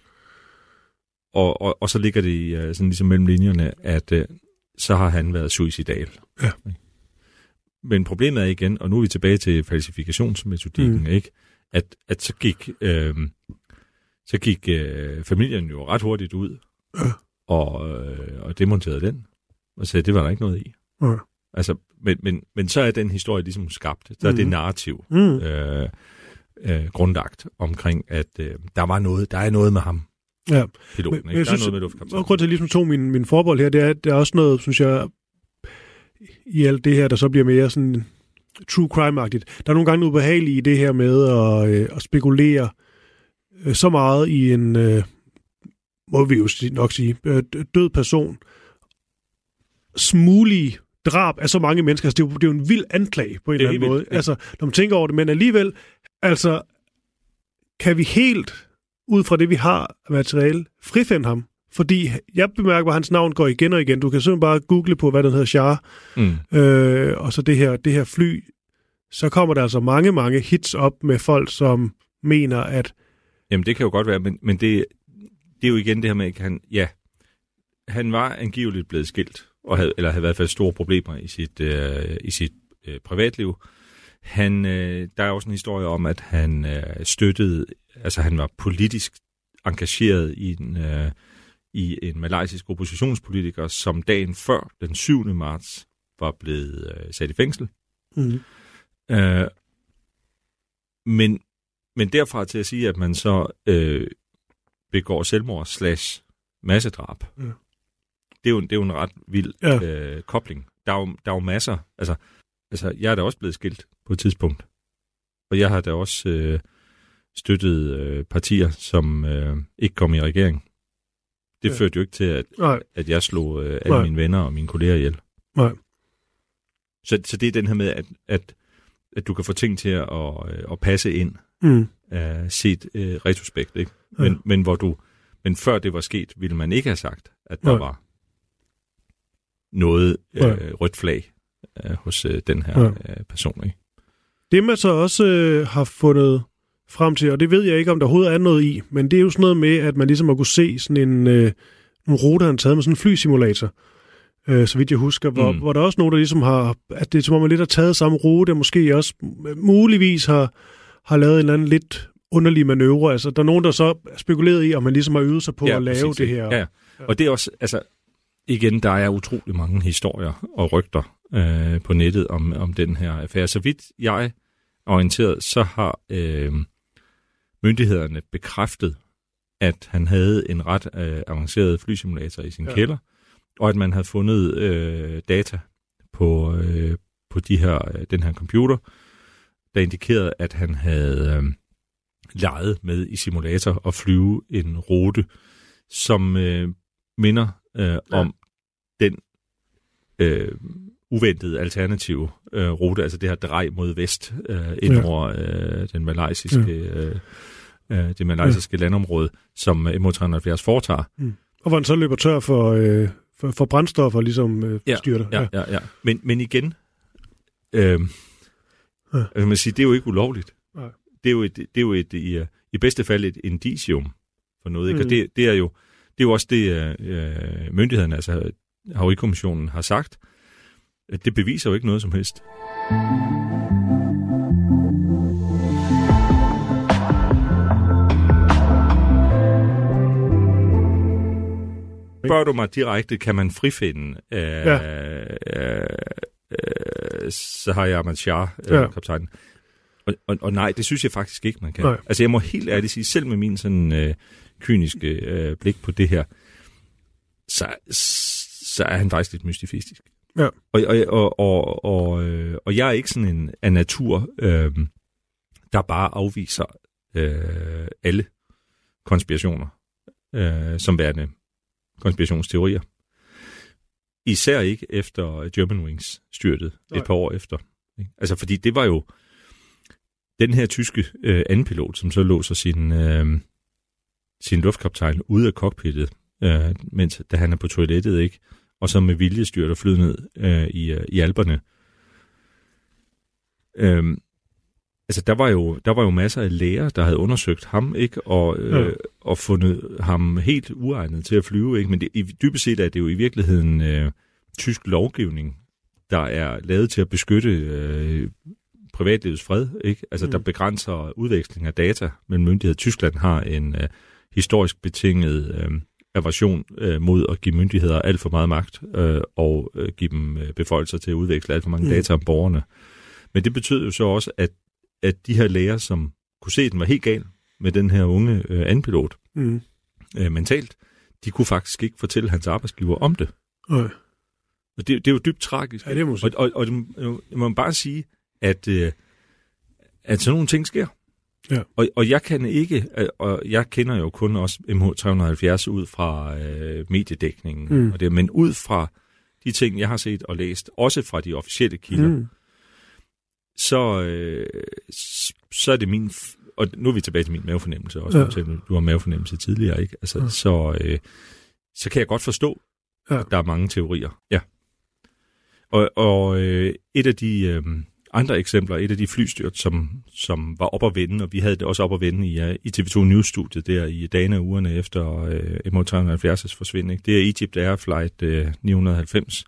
og, og, og så ligger det i, øh, sådan ligesom mellem linjerne, at øh, så har han været suicidal. Ja. Men problemet er igen, og nu er vi tilbage til falsifikationsmetodikken, mm. ikke? At, at så gik, øh, så gik øh, familien jo ret hurtigt ud ja. og, øh, og demonterede den, og sagde, det var der ikke noget i. Ja. Altså, men, men, men så er den historie ligesom skabt. Så er mm. det narrativ mm. øh, øh, grundlagt omkring, at øh, der var noget, der er noget med ham. Ja. Piloten, men, ikke? Der synes, er noget med luftkaptajnen. Og grund til at ligesom tog min, min forbold her, det er, der er også noget, synes jeg, i alt det her, der så bliver mere sådan true crime-agtigt. Der er nogle gange ubehagelige i det her med at, øh, at spekulere øh, så meget i en, øh, må vi jo nok sige, øh, død person. Smulige drab af så mange mennesker. Altså, det, er jo, det er jo en vild anklage på en eller anden måde. Vildt, ja. Altså, når man tænker over det, men alligevel, altså, kan vi helt, ud fra det, vi har af materiale, frifinde ham? Fordi jeg bemærker, at hans navn går igen og igen. Du kan simpelthen bare google på, hvad den hedder, Shah, mm. øh, og så det her, det her fly. Så kommer der altså mange, mange hits op med folk, som mener, at... Jamen, det kan jo godt være, men, men det, det er jo igen det her med, at han... Ja, han var angiveligt blevet skilt, og havde, eller havde i hvert fald store problemer i sit, øh, i sit øh, privatliv. Han, øh, der er også en historie om, at han øh, støttede, altså han var politisk engageret i en, øh, i en malaysisk oppositionspolitiker, som dagen før, den syvende marts, var blevet øh, sat i fængsel. Mm. Øh, men, men derfra til at sige, at man så øh, begår selvmord slash massedrab, ja. det, er jo, det er jo en ret vild ja. øh, kobling. Der er, jo, der er jo masser, altså, altså jeg er da også blevet skilt på et tidspunkt, og jeg har da også øh, støttet øh, partier, som øh, ikke kom i regering. Det ja. førte jo ikke til, at, at jeg slog øh, alle Nej. mine venner og mine kolleger ihjel. Nej. Så, så det er den her med, at, at, at du kan få ting til at, at, at passe ind, mm. uh, set uh, retrospekt, ikke? Men, ja. men, hvor du, men før det var sket, ville man ikke have sagt, at der Nej. var noget uh, rødt flag uh, hos uh, den her uh, person, ikke? Det man så også uh, har fundet frem til, og det ved jeg ikke, om der overhovedet er noget i, men det er jo sådan noget med, at man ligesom har kunne se sådan en, uh, en rute, han taget med sådan en flysimulator, uh, så vidt jeg husker, hvor, mm. hvor der er også nogen, der ligesom har, at det er som om man lidt har taget samme rute, og måske også muligvis har, har lavet en eller anden lidt underlig manøvre. Altså, der er nogen, der så spekuleret i, om man ligesom har øvet sig på ja, at lave præcis, det her. Ja, ja. Og det er også, altså, igen, der er utrolig mange historier og rygter øh, på nettet om, om den her affære. Så vidt jeg er orienteret, så har øh, myndighederne bekræftet, at han havde en ret øh, avanceret flysimulator i sin ja. kælder, og at man havde fundet øh, data på, øh, på de her, den her computer, der indikerede, at han havde øh, leget med i simulator og flyve en rute, som øh, minder øh, ja. om den øh, uventede alternative øh, rute, altså det her drej mod vest, øh, ind over øh, den malaysiske, øh, øh, det malaysiske ja. landområde, som M H tre halvfjerds foretager. Mm. Og hvor han så løber tør for, øh, for, for brændstoffer, ligesom øh, ja, styrter. Ja, ja, ja. Men, men igen, øh, ja. altså man siger, det er jo ikke ulovligt. Nej. Det er jo, et, det er jo et, i, i bedste fald et indicium for noget. Ikke? Mm. Og det, det, er jo, det er jo også det, øh, myndighederne, altså Havarikommissionen, har sagt. Det beviser jo ikke noget som helst. Spørger du mig direkte, kan man frifinde øh, ja. øh, øh, Zaharia Ahmad Shah, øh, ja. kaptajnen? Og, og, og nej, det synes jeg faktisk ikke, man kan. Nej. Altså jeg må helt ærligt sige, selv med min sådan øh, kyniske øh, blik på det her, så, så er han faktisk lidt mystifistisk. Ja. Og, og, og, og, og, og jeg er ikke sådan en af natur, øh, der bare afviser øh, alle konspirationer øh, som værende konspirationsteorier. Især ikke efter Germanwings styrtede et par år efter. Altså fordi det var jo den her tyske øh, andenpilot, som så låser sin, øh, sin luftkaptajn ude af cockpittet, øh, mens da han er på toilettet, ikke? Og så med vilje styrter flyet ned øh, i, øh, i Alperne. Øhm, altså, der var, jo, der var jo masser af læger, der havde undersøgt ham, ikke? Og, øh, ja. og fundet ham helt uegnet til at flyve, ikke? Men det, i dybest set er det jo i virkeligheden øh, tysk lovgivning, der er lavet til at beskytte øh, privatlivets fred, ikke? Altså, mm. der begrænser udveksling af data mellem myndigheder. Tyskland har en øh, historisk betinget øh, aversion øh, mod at give myndigheder alt for meget magt øh, og øh, give dem øh, beføjelser til at udveksle alt for mange mm. data om borgerne. Men det betød jo så også, at, at de her læger, som kunne se, at den var helt gal med den her unge øh, andenpilot mm. øh, mentalt, de kunne faktisk ikke fortælle hans arbejdsgiver om det. Øh. Og det, det er jo dybt tragisk. Ja, det må og, og, og jeg må bare sige, at, øh, at sådan nogle ting sker. Ja. Og, og jeg kan ikke, og jeg kender jo kun også M H tre halvfjerds ud fra øh, mediedækningen, mm. og det, men ud fra de ting, jeg har set og læst, også fra de officielle kilder, mm. så, øh, så er det min, og nu er vi tilbage til min mavefornemmelse også, ja. Du har mavefornemmelse tidligere, ikke? Altså, ja. så, øh, så kan jeg godt forstå, ja. at der er mange teorier. Ja. Og, og øh, et af de øh, andre eksempler, et af de flystyrt, som, som var op at vende, og vi havde det også op at vende i, uh, i T V to News-studiet der i dagene og ugerne efter uh, M H tre halvfjerds forsvinding. Det er Egypt Air Flight uh, ni hundrede og halvfems,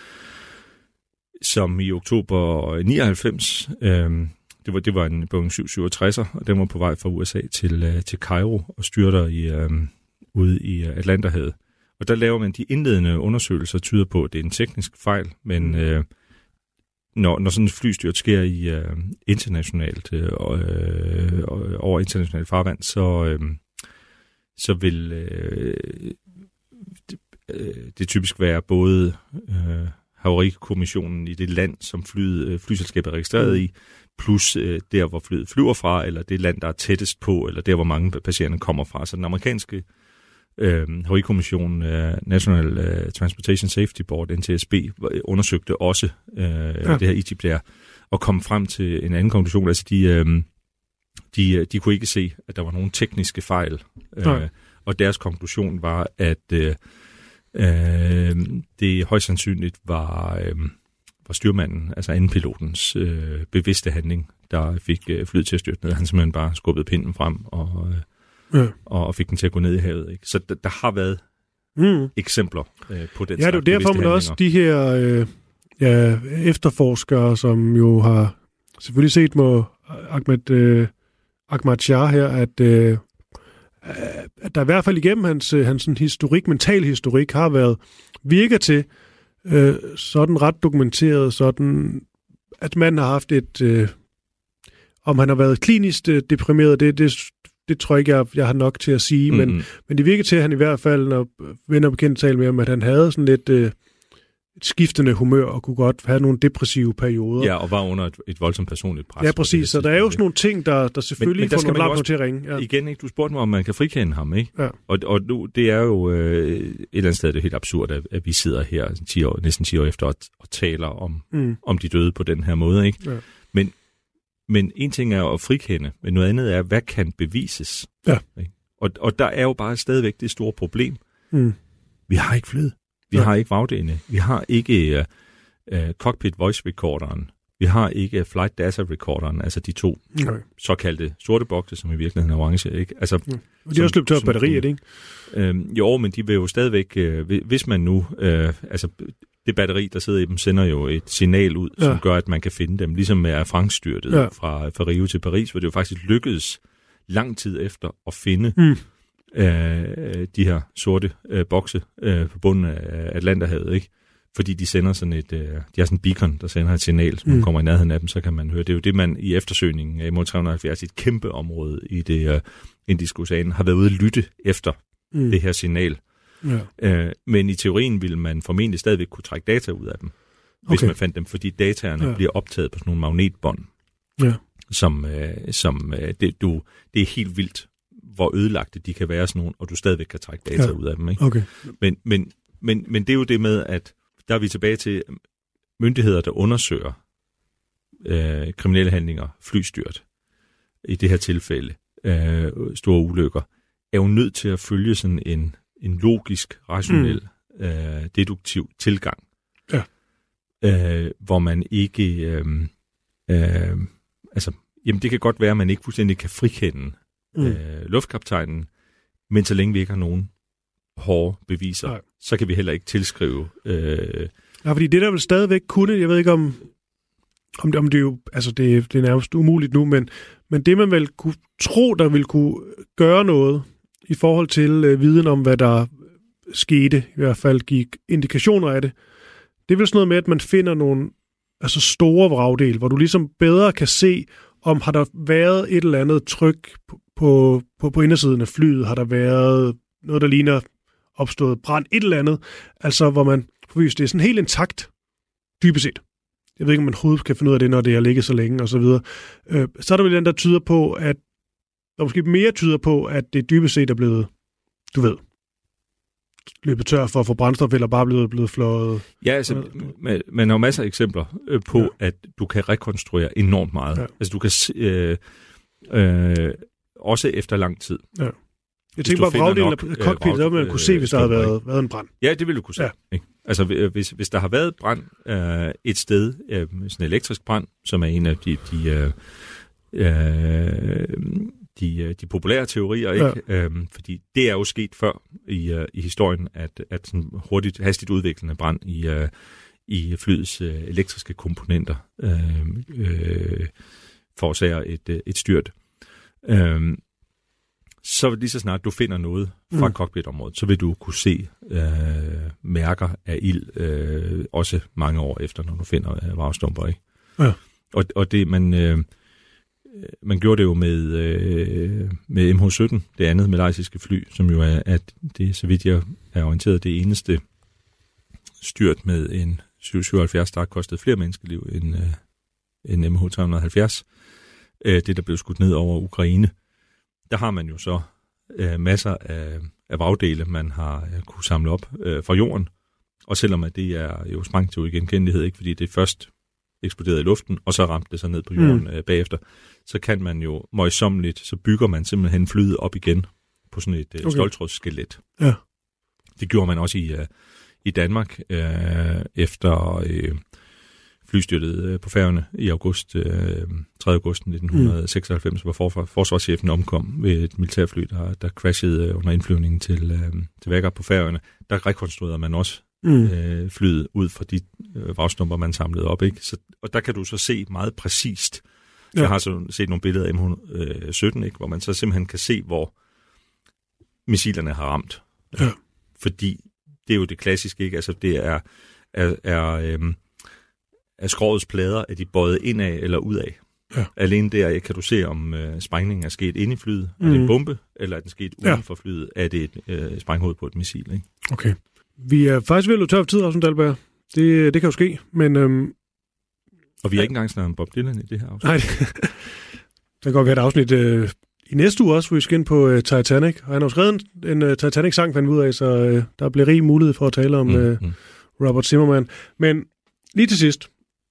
som i oktober nioghalvfems, uh, det, var, det var en Boeing syv syvogtres, og den var på vej fra U S A til, uh, til Cairo og styrter i, uh, ude i Atlanterhavet. Og der laver man de indledende undersøgelser, tyder på, at det er en teknisk fejl, men øh, når, når sådan en flystyrt sker i øh, internationalt øh, øh, over internationalt farvand, så, øh, så vil øh, det, øh, det typisk være både øh, havarikommissionen i det land, som flyet, øh, flyselskabet er registreret i, plus øh, der, hvor flyet flyver fra, eller det land, der er tættest på, eller der, hvor mange passagererne kommer fra. Så den amerikanske Øh, Havarikommissionen, uh, National uh, Transportation Safety Board, N T S B, undersøgte også uh, ja. det her Egypt Air, og kom frem til en anden konklusion. Altså, de, uh, de, de kunne ikke se, at der var nogen tekniske fejl. Uh, og deres konklusion var, at uh, uh, det højst sandsynligt var, uh, var styrmanden, altså andenpilotens uh, bevidste handling, der fik uh, flyet til at styrte ned. Han simpelthen bare skubbede pinden frem og... Uh, Ja. og fik den til at gå ned i havet. Ikke? Så der, der har været mm. eksempler øh, på den. Ja, det er derfor, man også de her øh, ja, efterforskere, som jo har selvfølgelig set med Ahmed, øh, Ahmad Shah her, at, øh, at der i hvert fald igennem hans, hans sådan historik, mental historik, har været virker til øh, sådan ret dokumenteret, sådan at man har haft et... Øh, om han har været klinisk øh, deprimeret, det, det Det tror jeg ikke, jeg, jeg har nok til at sige, mm-hmm. men, men det virker til, at han i hvert fald, når venner bekendt talte med ham, at han havde sådan lidt øh, et skiftende humør, og kunne godt have nogle depressive perioder. Ja, og var under et, et voldsomt personligt pres. Ja, præcis. Så der er jo sådan nogle ting, der, der selvfølgelig men, men får nogle lamper til at ringe. Ja. Igen, ikke? Du spurgte mig, om man kan frikende ham, ikke? Ja. Og, og nu, det er jo øh, et eller andet sted, det er helt absurd, at, at vi sidder her ti år, næsten ti år efter og, og taler om, mm. om de døde på den her måde, ikke? Ja. Men Men en ting er at frikende, men noget andet er, hvad kan bevises? Ja. Og, og der er jo bare stadigvæk det store problem. Mm. Vi har ikke flyet. Vi ja. har ikke vagtene. Vi har ikke uh, uh, cockpit voice recorderen. Vi har ikke flight data recorderen, altså de to okay. såkaldte sorte bokse, som i virkeligheden er orange. Ikke? Altså, ja. Og de har også løbet tør batteriet, ikke? Øhm, jo, men de vil jo stadigvæk, øh, hvis man nu, øh, altså det batteri, der sidder i dem, sender jo et signal ud, ja. som gør, at man kan finde dem, ligesom med Air France-styrtet ja. fra, fra Rio til Paris, hvor det jo faktisk lykkedes lang tid efter at finde mm. øh, de her sorte øh, bokse øh, på bunden af Atlanterhavet, ikke? Fordi de sender sådan et, øh, de har sådan en beacon, der sender et signal, som mm. kommer i nærheden af dem, så kan man høre. Det er jo det, man i eftersøgningen af M H tre halvfjerds, et kæmpe område i det øh, Indiske Ocean, har været ude at lytte efter mm. det her signal. Ja. Øh, men i teorien ville man formentlig stadigvæk kunne trække data ud af dem, hvis okay. man fandt dem, fordi dataerne ja. bliver optaget på sådan nogle magnetbånd, ja. som, øh, som øh, det, du, det er helt vildt, hvor ødelagte de kan være sådan nogle, og du stadigvæk kan trække data ja. ud af dem. Ikke? Okay. Men, men, men, men det er jo det med, at der er vi tilbage til myndigheder, der undersøger øh, kriminelle handlinger, flystyrt, i det her tilfælde, øh, store ulykker, er jo nødt til at følge sådan en, en logisk, rationel, mm. øh, deduktiv tilgang. Ja. Øh, hvor man ikke... Øh, øh, altså, jamen det kan godt være, at man ikke fuldstændig kan frikende mm. øh, luftkaptajnen, men så længe vi ikke har nogen hårde beviser, Nej. så kan vi heller ikke tilskrive... Øh... Ja, fordi det der vil stadigvæk kunne, jeg ved ikke om, om, det, om det er jo, altså det, det er nærmest umuligt nu, men, men det man vel kunne tro, der ville kunne gøre noget i forhold til øh, viden om, hvad der skete, i hvert fald gik indikationer af det, det er vel sådan noget med, at man finder nogle altså store vragdel, hvor du ligesom bedre kan se, om har der været et eller andet tryk på, på, på indersiden af flyet, har der været noget, der ligner opstået brand, et eller andet, altså hvor man, hvis det er sådan helt intakt, dybest set. Jeg ved ikke, om man overhovedet kan finde ud af det, når det har ligget så længe, og så videre. Øh, så er der vel den, der tyder på, at der måske mere tyder på, at det dybest set er blevet, du ved, løbet tør for at få brændstof, eller bare blevet, blevet flået. Ja, altså, man, man har jo masser af eksempler øh, på, ja. at du kan rekonstruere enormt meget. Ja. Altså, du kan øh, øh, også efter lang tid. Ja. Jeg tænker bare, vragdelen af cockpittet, der vil man kunne se, hvis der havde været, været en brand. Ja, det ville du kunne se. Ja. Ikke? Altså, hvis, hvis der har været brand øh, et sted, øh, sådan en elektrisk brand, som er en af de, de, øh, øh, de, de populære teorier, ikke? Ja. Øhm, fordi det er jo sket før i, uh, i historien, at, at sådan hurtigt, hastigt udviklende brand i, uh, i flyets uh, elektriske komponenter øh, øh, forårsager et, et styrt. Øhm, så lige så snart du finder noget fra mm. cockpitområdet, så vil du kunne se øh, mærker af ild, øh, også mange år efter, når du finder øh, vragstumper, ikke? Ja. Og, og det, man, øh, man gjorde det jo med, øh, med M H sytten, det andet malaysiske fly, som jo er, at det, så vidt jeg er orienteret, det eneste styrt med en syv syvoghalvfjerds, der har kostet flere menneskeliv end, øh, end M H tre halvfjerds. Øh, det, der blev skudt ned over Ukraine. Der har man jo så øh, masser af, af vragdele, man har øh, kunne samle op øh, fra jorden. Og selvom at det er jo sprang til uigenkendelighed, ikke, fordi det først eksploderede i luften, og så ramte det så ned på jorden mm. øh, bagefter, så kan man jo møjsommeligt, så bygger man simpelthen flyet op igen på sådan et øh, okay. ståltrådsskelet. Ja. Det gjorde man også i, øh, i Danmark øh, efter øh, flystyrtet øh, på Færøerne i august, øh, tredje august nitten seksoghalvfems, mm. hvor for, forsvarschefen omkom ved et militærfly, der, der crashede øh, under indflyvningen til, øh, til Vækker på Færøerne. Der rekonstruerede man også mm. øh, flyet ud fra de øh, vragstumper, man samlede op. Ikke? Så, og der kan du så se meget præcist. Ja. Jeg har så set nogle billeder af M H sytten, ikke? Hvor man så simpelthen kan se, hvor missilerne har ramt. Ja. Fordi det er jo det klassiske, ikke? Altså det er, er, er, øhm, er skrovets plader, er de bøjet indad eller udad. Ja. Alene der kan du se, om øh, sprængningen er sket inde i flyet. Mm. Er det en bombe, eller er den sket uden ja. for flyet? Er det et øh, sprænghoved på et missil? Ikke? Okay. Vi er faktisk ved at løbe tør for tid, Rasmus Dahlberg. Det, det kan jo ske, men... Øhm, og vi har ja. ikke engang snakket om Bob Dylan i det her afsnit. Nej, der kan godt være et afsnit øh, i næste uge også, hvor vi skal ind på øh, Titanic. Og han har jo skrevet en, en uh, Titanic-sang, fandt ud af, så øh, der bliver rig mulighed for at tale om mm, øh, mm. Robert Zimmerman. Men lige til sidst,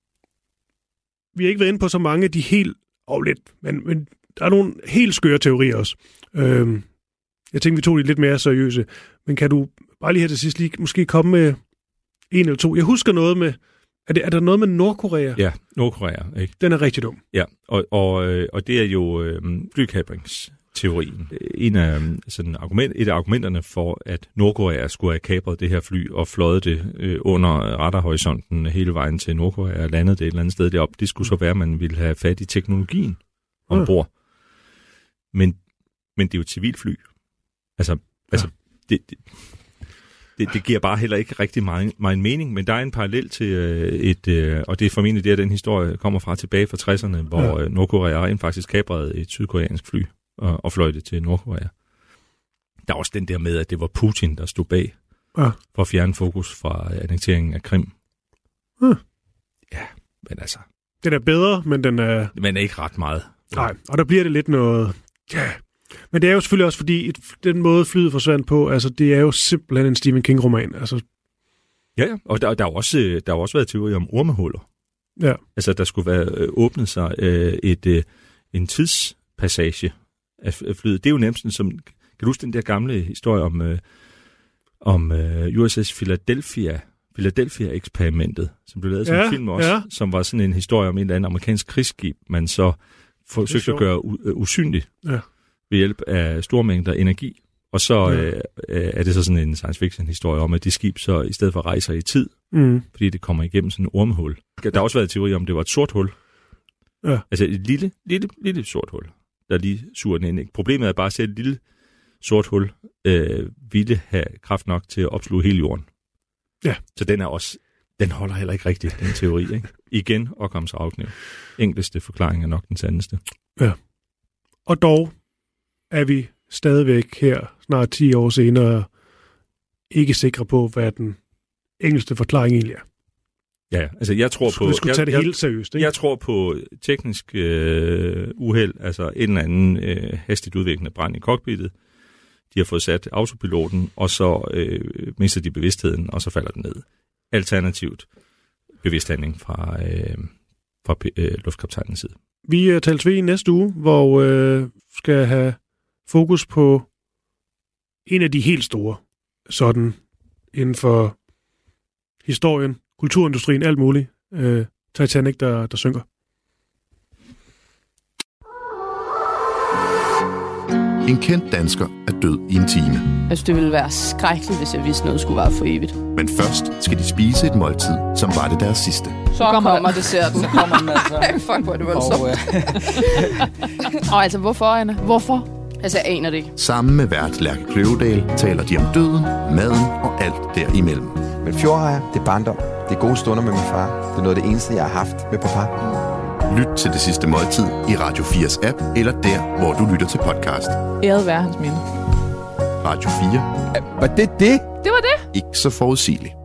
vi har ikke været inde på så mange af de helt... Og lidt, men, men der er nogle helt skøre teorier også. Øhm, jeg tænker, vi tog de lidt mere seriøse. Men kan du bare lige her til sidst lige måske komme med en eller to? Jeg husker noget med... Er, det, er der noget med Nordkorea? Ja, Nordkorea, ikke? Den er rigtig dum. Ja, og, og, og det er jo øh, flykabrings-teorien. En af, sådan, argument, et af argumenterne for, at Nordkorea skulle have kapret det her fly og fløjet det øh, under radarhorisonten hele vejen til Nordkorea og landet det et eller andet sted deroppe, det skulle så være, at man ville have fat i teknologien ombord. Ja. Men, men det er jo et civilt fly. Altså, ja. altså det... det Det, det giver bare heller ikke rigtig meget, meget mening, men der er en parallel til øh, et, øh, og det er formentlig det, at den historie kommer fra tilbage fra tresserne, hvor ja. øh, Nordkorea rent faktisk kaprede et sydkoreansk fly og, og fløj det til Nordkorea. Der er også den der med, at det var Putin, der stod bag ja. for at fjerne fokus fra annekteringen af Krim. Ja. ja, men altså... Den er bedre, men den er... Men er ikke ret meget. Nej, og der bliver det lidt noget... Ja. Men det er jo selvfølgelig også, fordi et, den måde flyet forsvandt på, altså det er jo simpelthen en Stephen King-roman. Altså. Ja, ja, og der, der har også, der har også været teorier om ormehuller. Ja. Altså der skulle være øh, åbnet sig øh, et, øh, en tidspassage af, af flyet. Det er jo nærmest som, kan du huske den der gamle historie om, øh, om øh, U S S Philadelphia, Philadelphia-eksperimentet, som blev lavet som ja, en film også, ja. som var sådan en historie om en eller anden amerikansk krigsskib, man så forsøgte at gøre u- usynligt. Ja. Ved hjælp af store mængder energi. Og så ja. øh, er det så sådan en science fiction historie om, at det skib så i stedet for rejser i tid, mm. fordi det kommer igennem sådan en ormehul. Der har også været teori om, det var et sort hul. Ja. Altså et lille, lille, lille sort hul, der lige suger den ind. Problemet er bare at se, at et lille sort hul øh, ville have kraft nok til at opsluge hele jorden. Ja. Så den er også, den holder heller ikke rigtigt, den teori. Ikke? Igen, Ockhams ravkniv. Enkleste forklaring er nok den sandeste. Ja. Og dog er vi stadigvæk her, snart ti år senere, ikke sikre på, hvad den engelske forklaring egentlig er. Ja, altså jeg tror på... Vi skulle tage det jeg, helt seriøst, ikke? Jeg tror på teknisk øh, uheld, altså en eller anden øh, hastigt udviklende brand i cockpittet. De har fået sat autopiloten, og så øh, mister de bevidstheden, og så falder den ned. Alternativt bevidsthandling fra, øh, fra øh, luftkaptajnens side. Vi uh, tales ved i næste uge, hvor øh, skal have fokus på en af de helt store, sådan inden for historien, kulturindustrien, alt muligt. Øh, Titanic, der, der synker. En kendt dansker er død i en time. Altså, det ville være skrækkeligt, hvis jeg vidste, noget skulle være for evigt. Men først skal de spise et måltid, som var det deres sidste. Så kommer, kommer desserten. Så kommer den altså. Fuck, hvor er det voldsomt. Og, øh... og altså, hvorfor, Anna? Hvorfor? Altså, jeg aner det ikke. Sammen med vært Lærke Kløvedal taler de om døden, maden og alt derimellem. Men fjordrejer, det er barndom. Det er gode stunder med min far. Det er noget af det eneste, jeg har haft med papa. Lyt til Det Sidste Måltid i Radio fires app, eller der, hvor du lytter til podcast. Æret være hans minde. Radio fire. Var det det? Det var det. Ikke så forudsigeligt.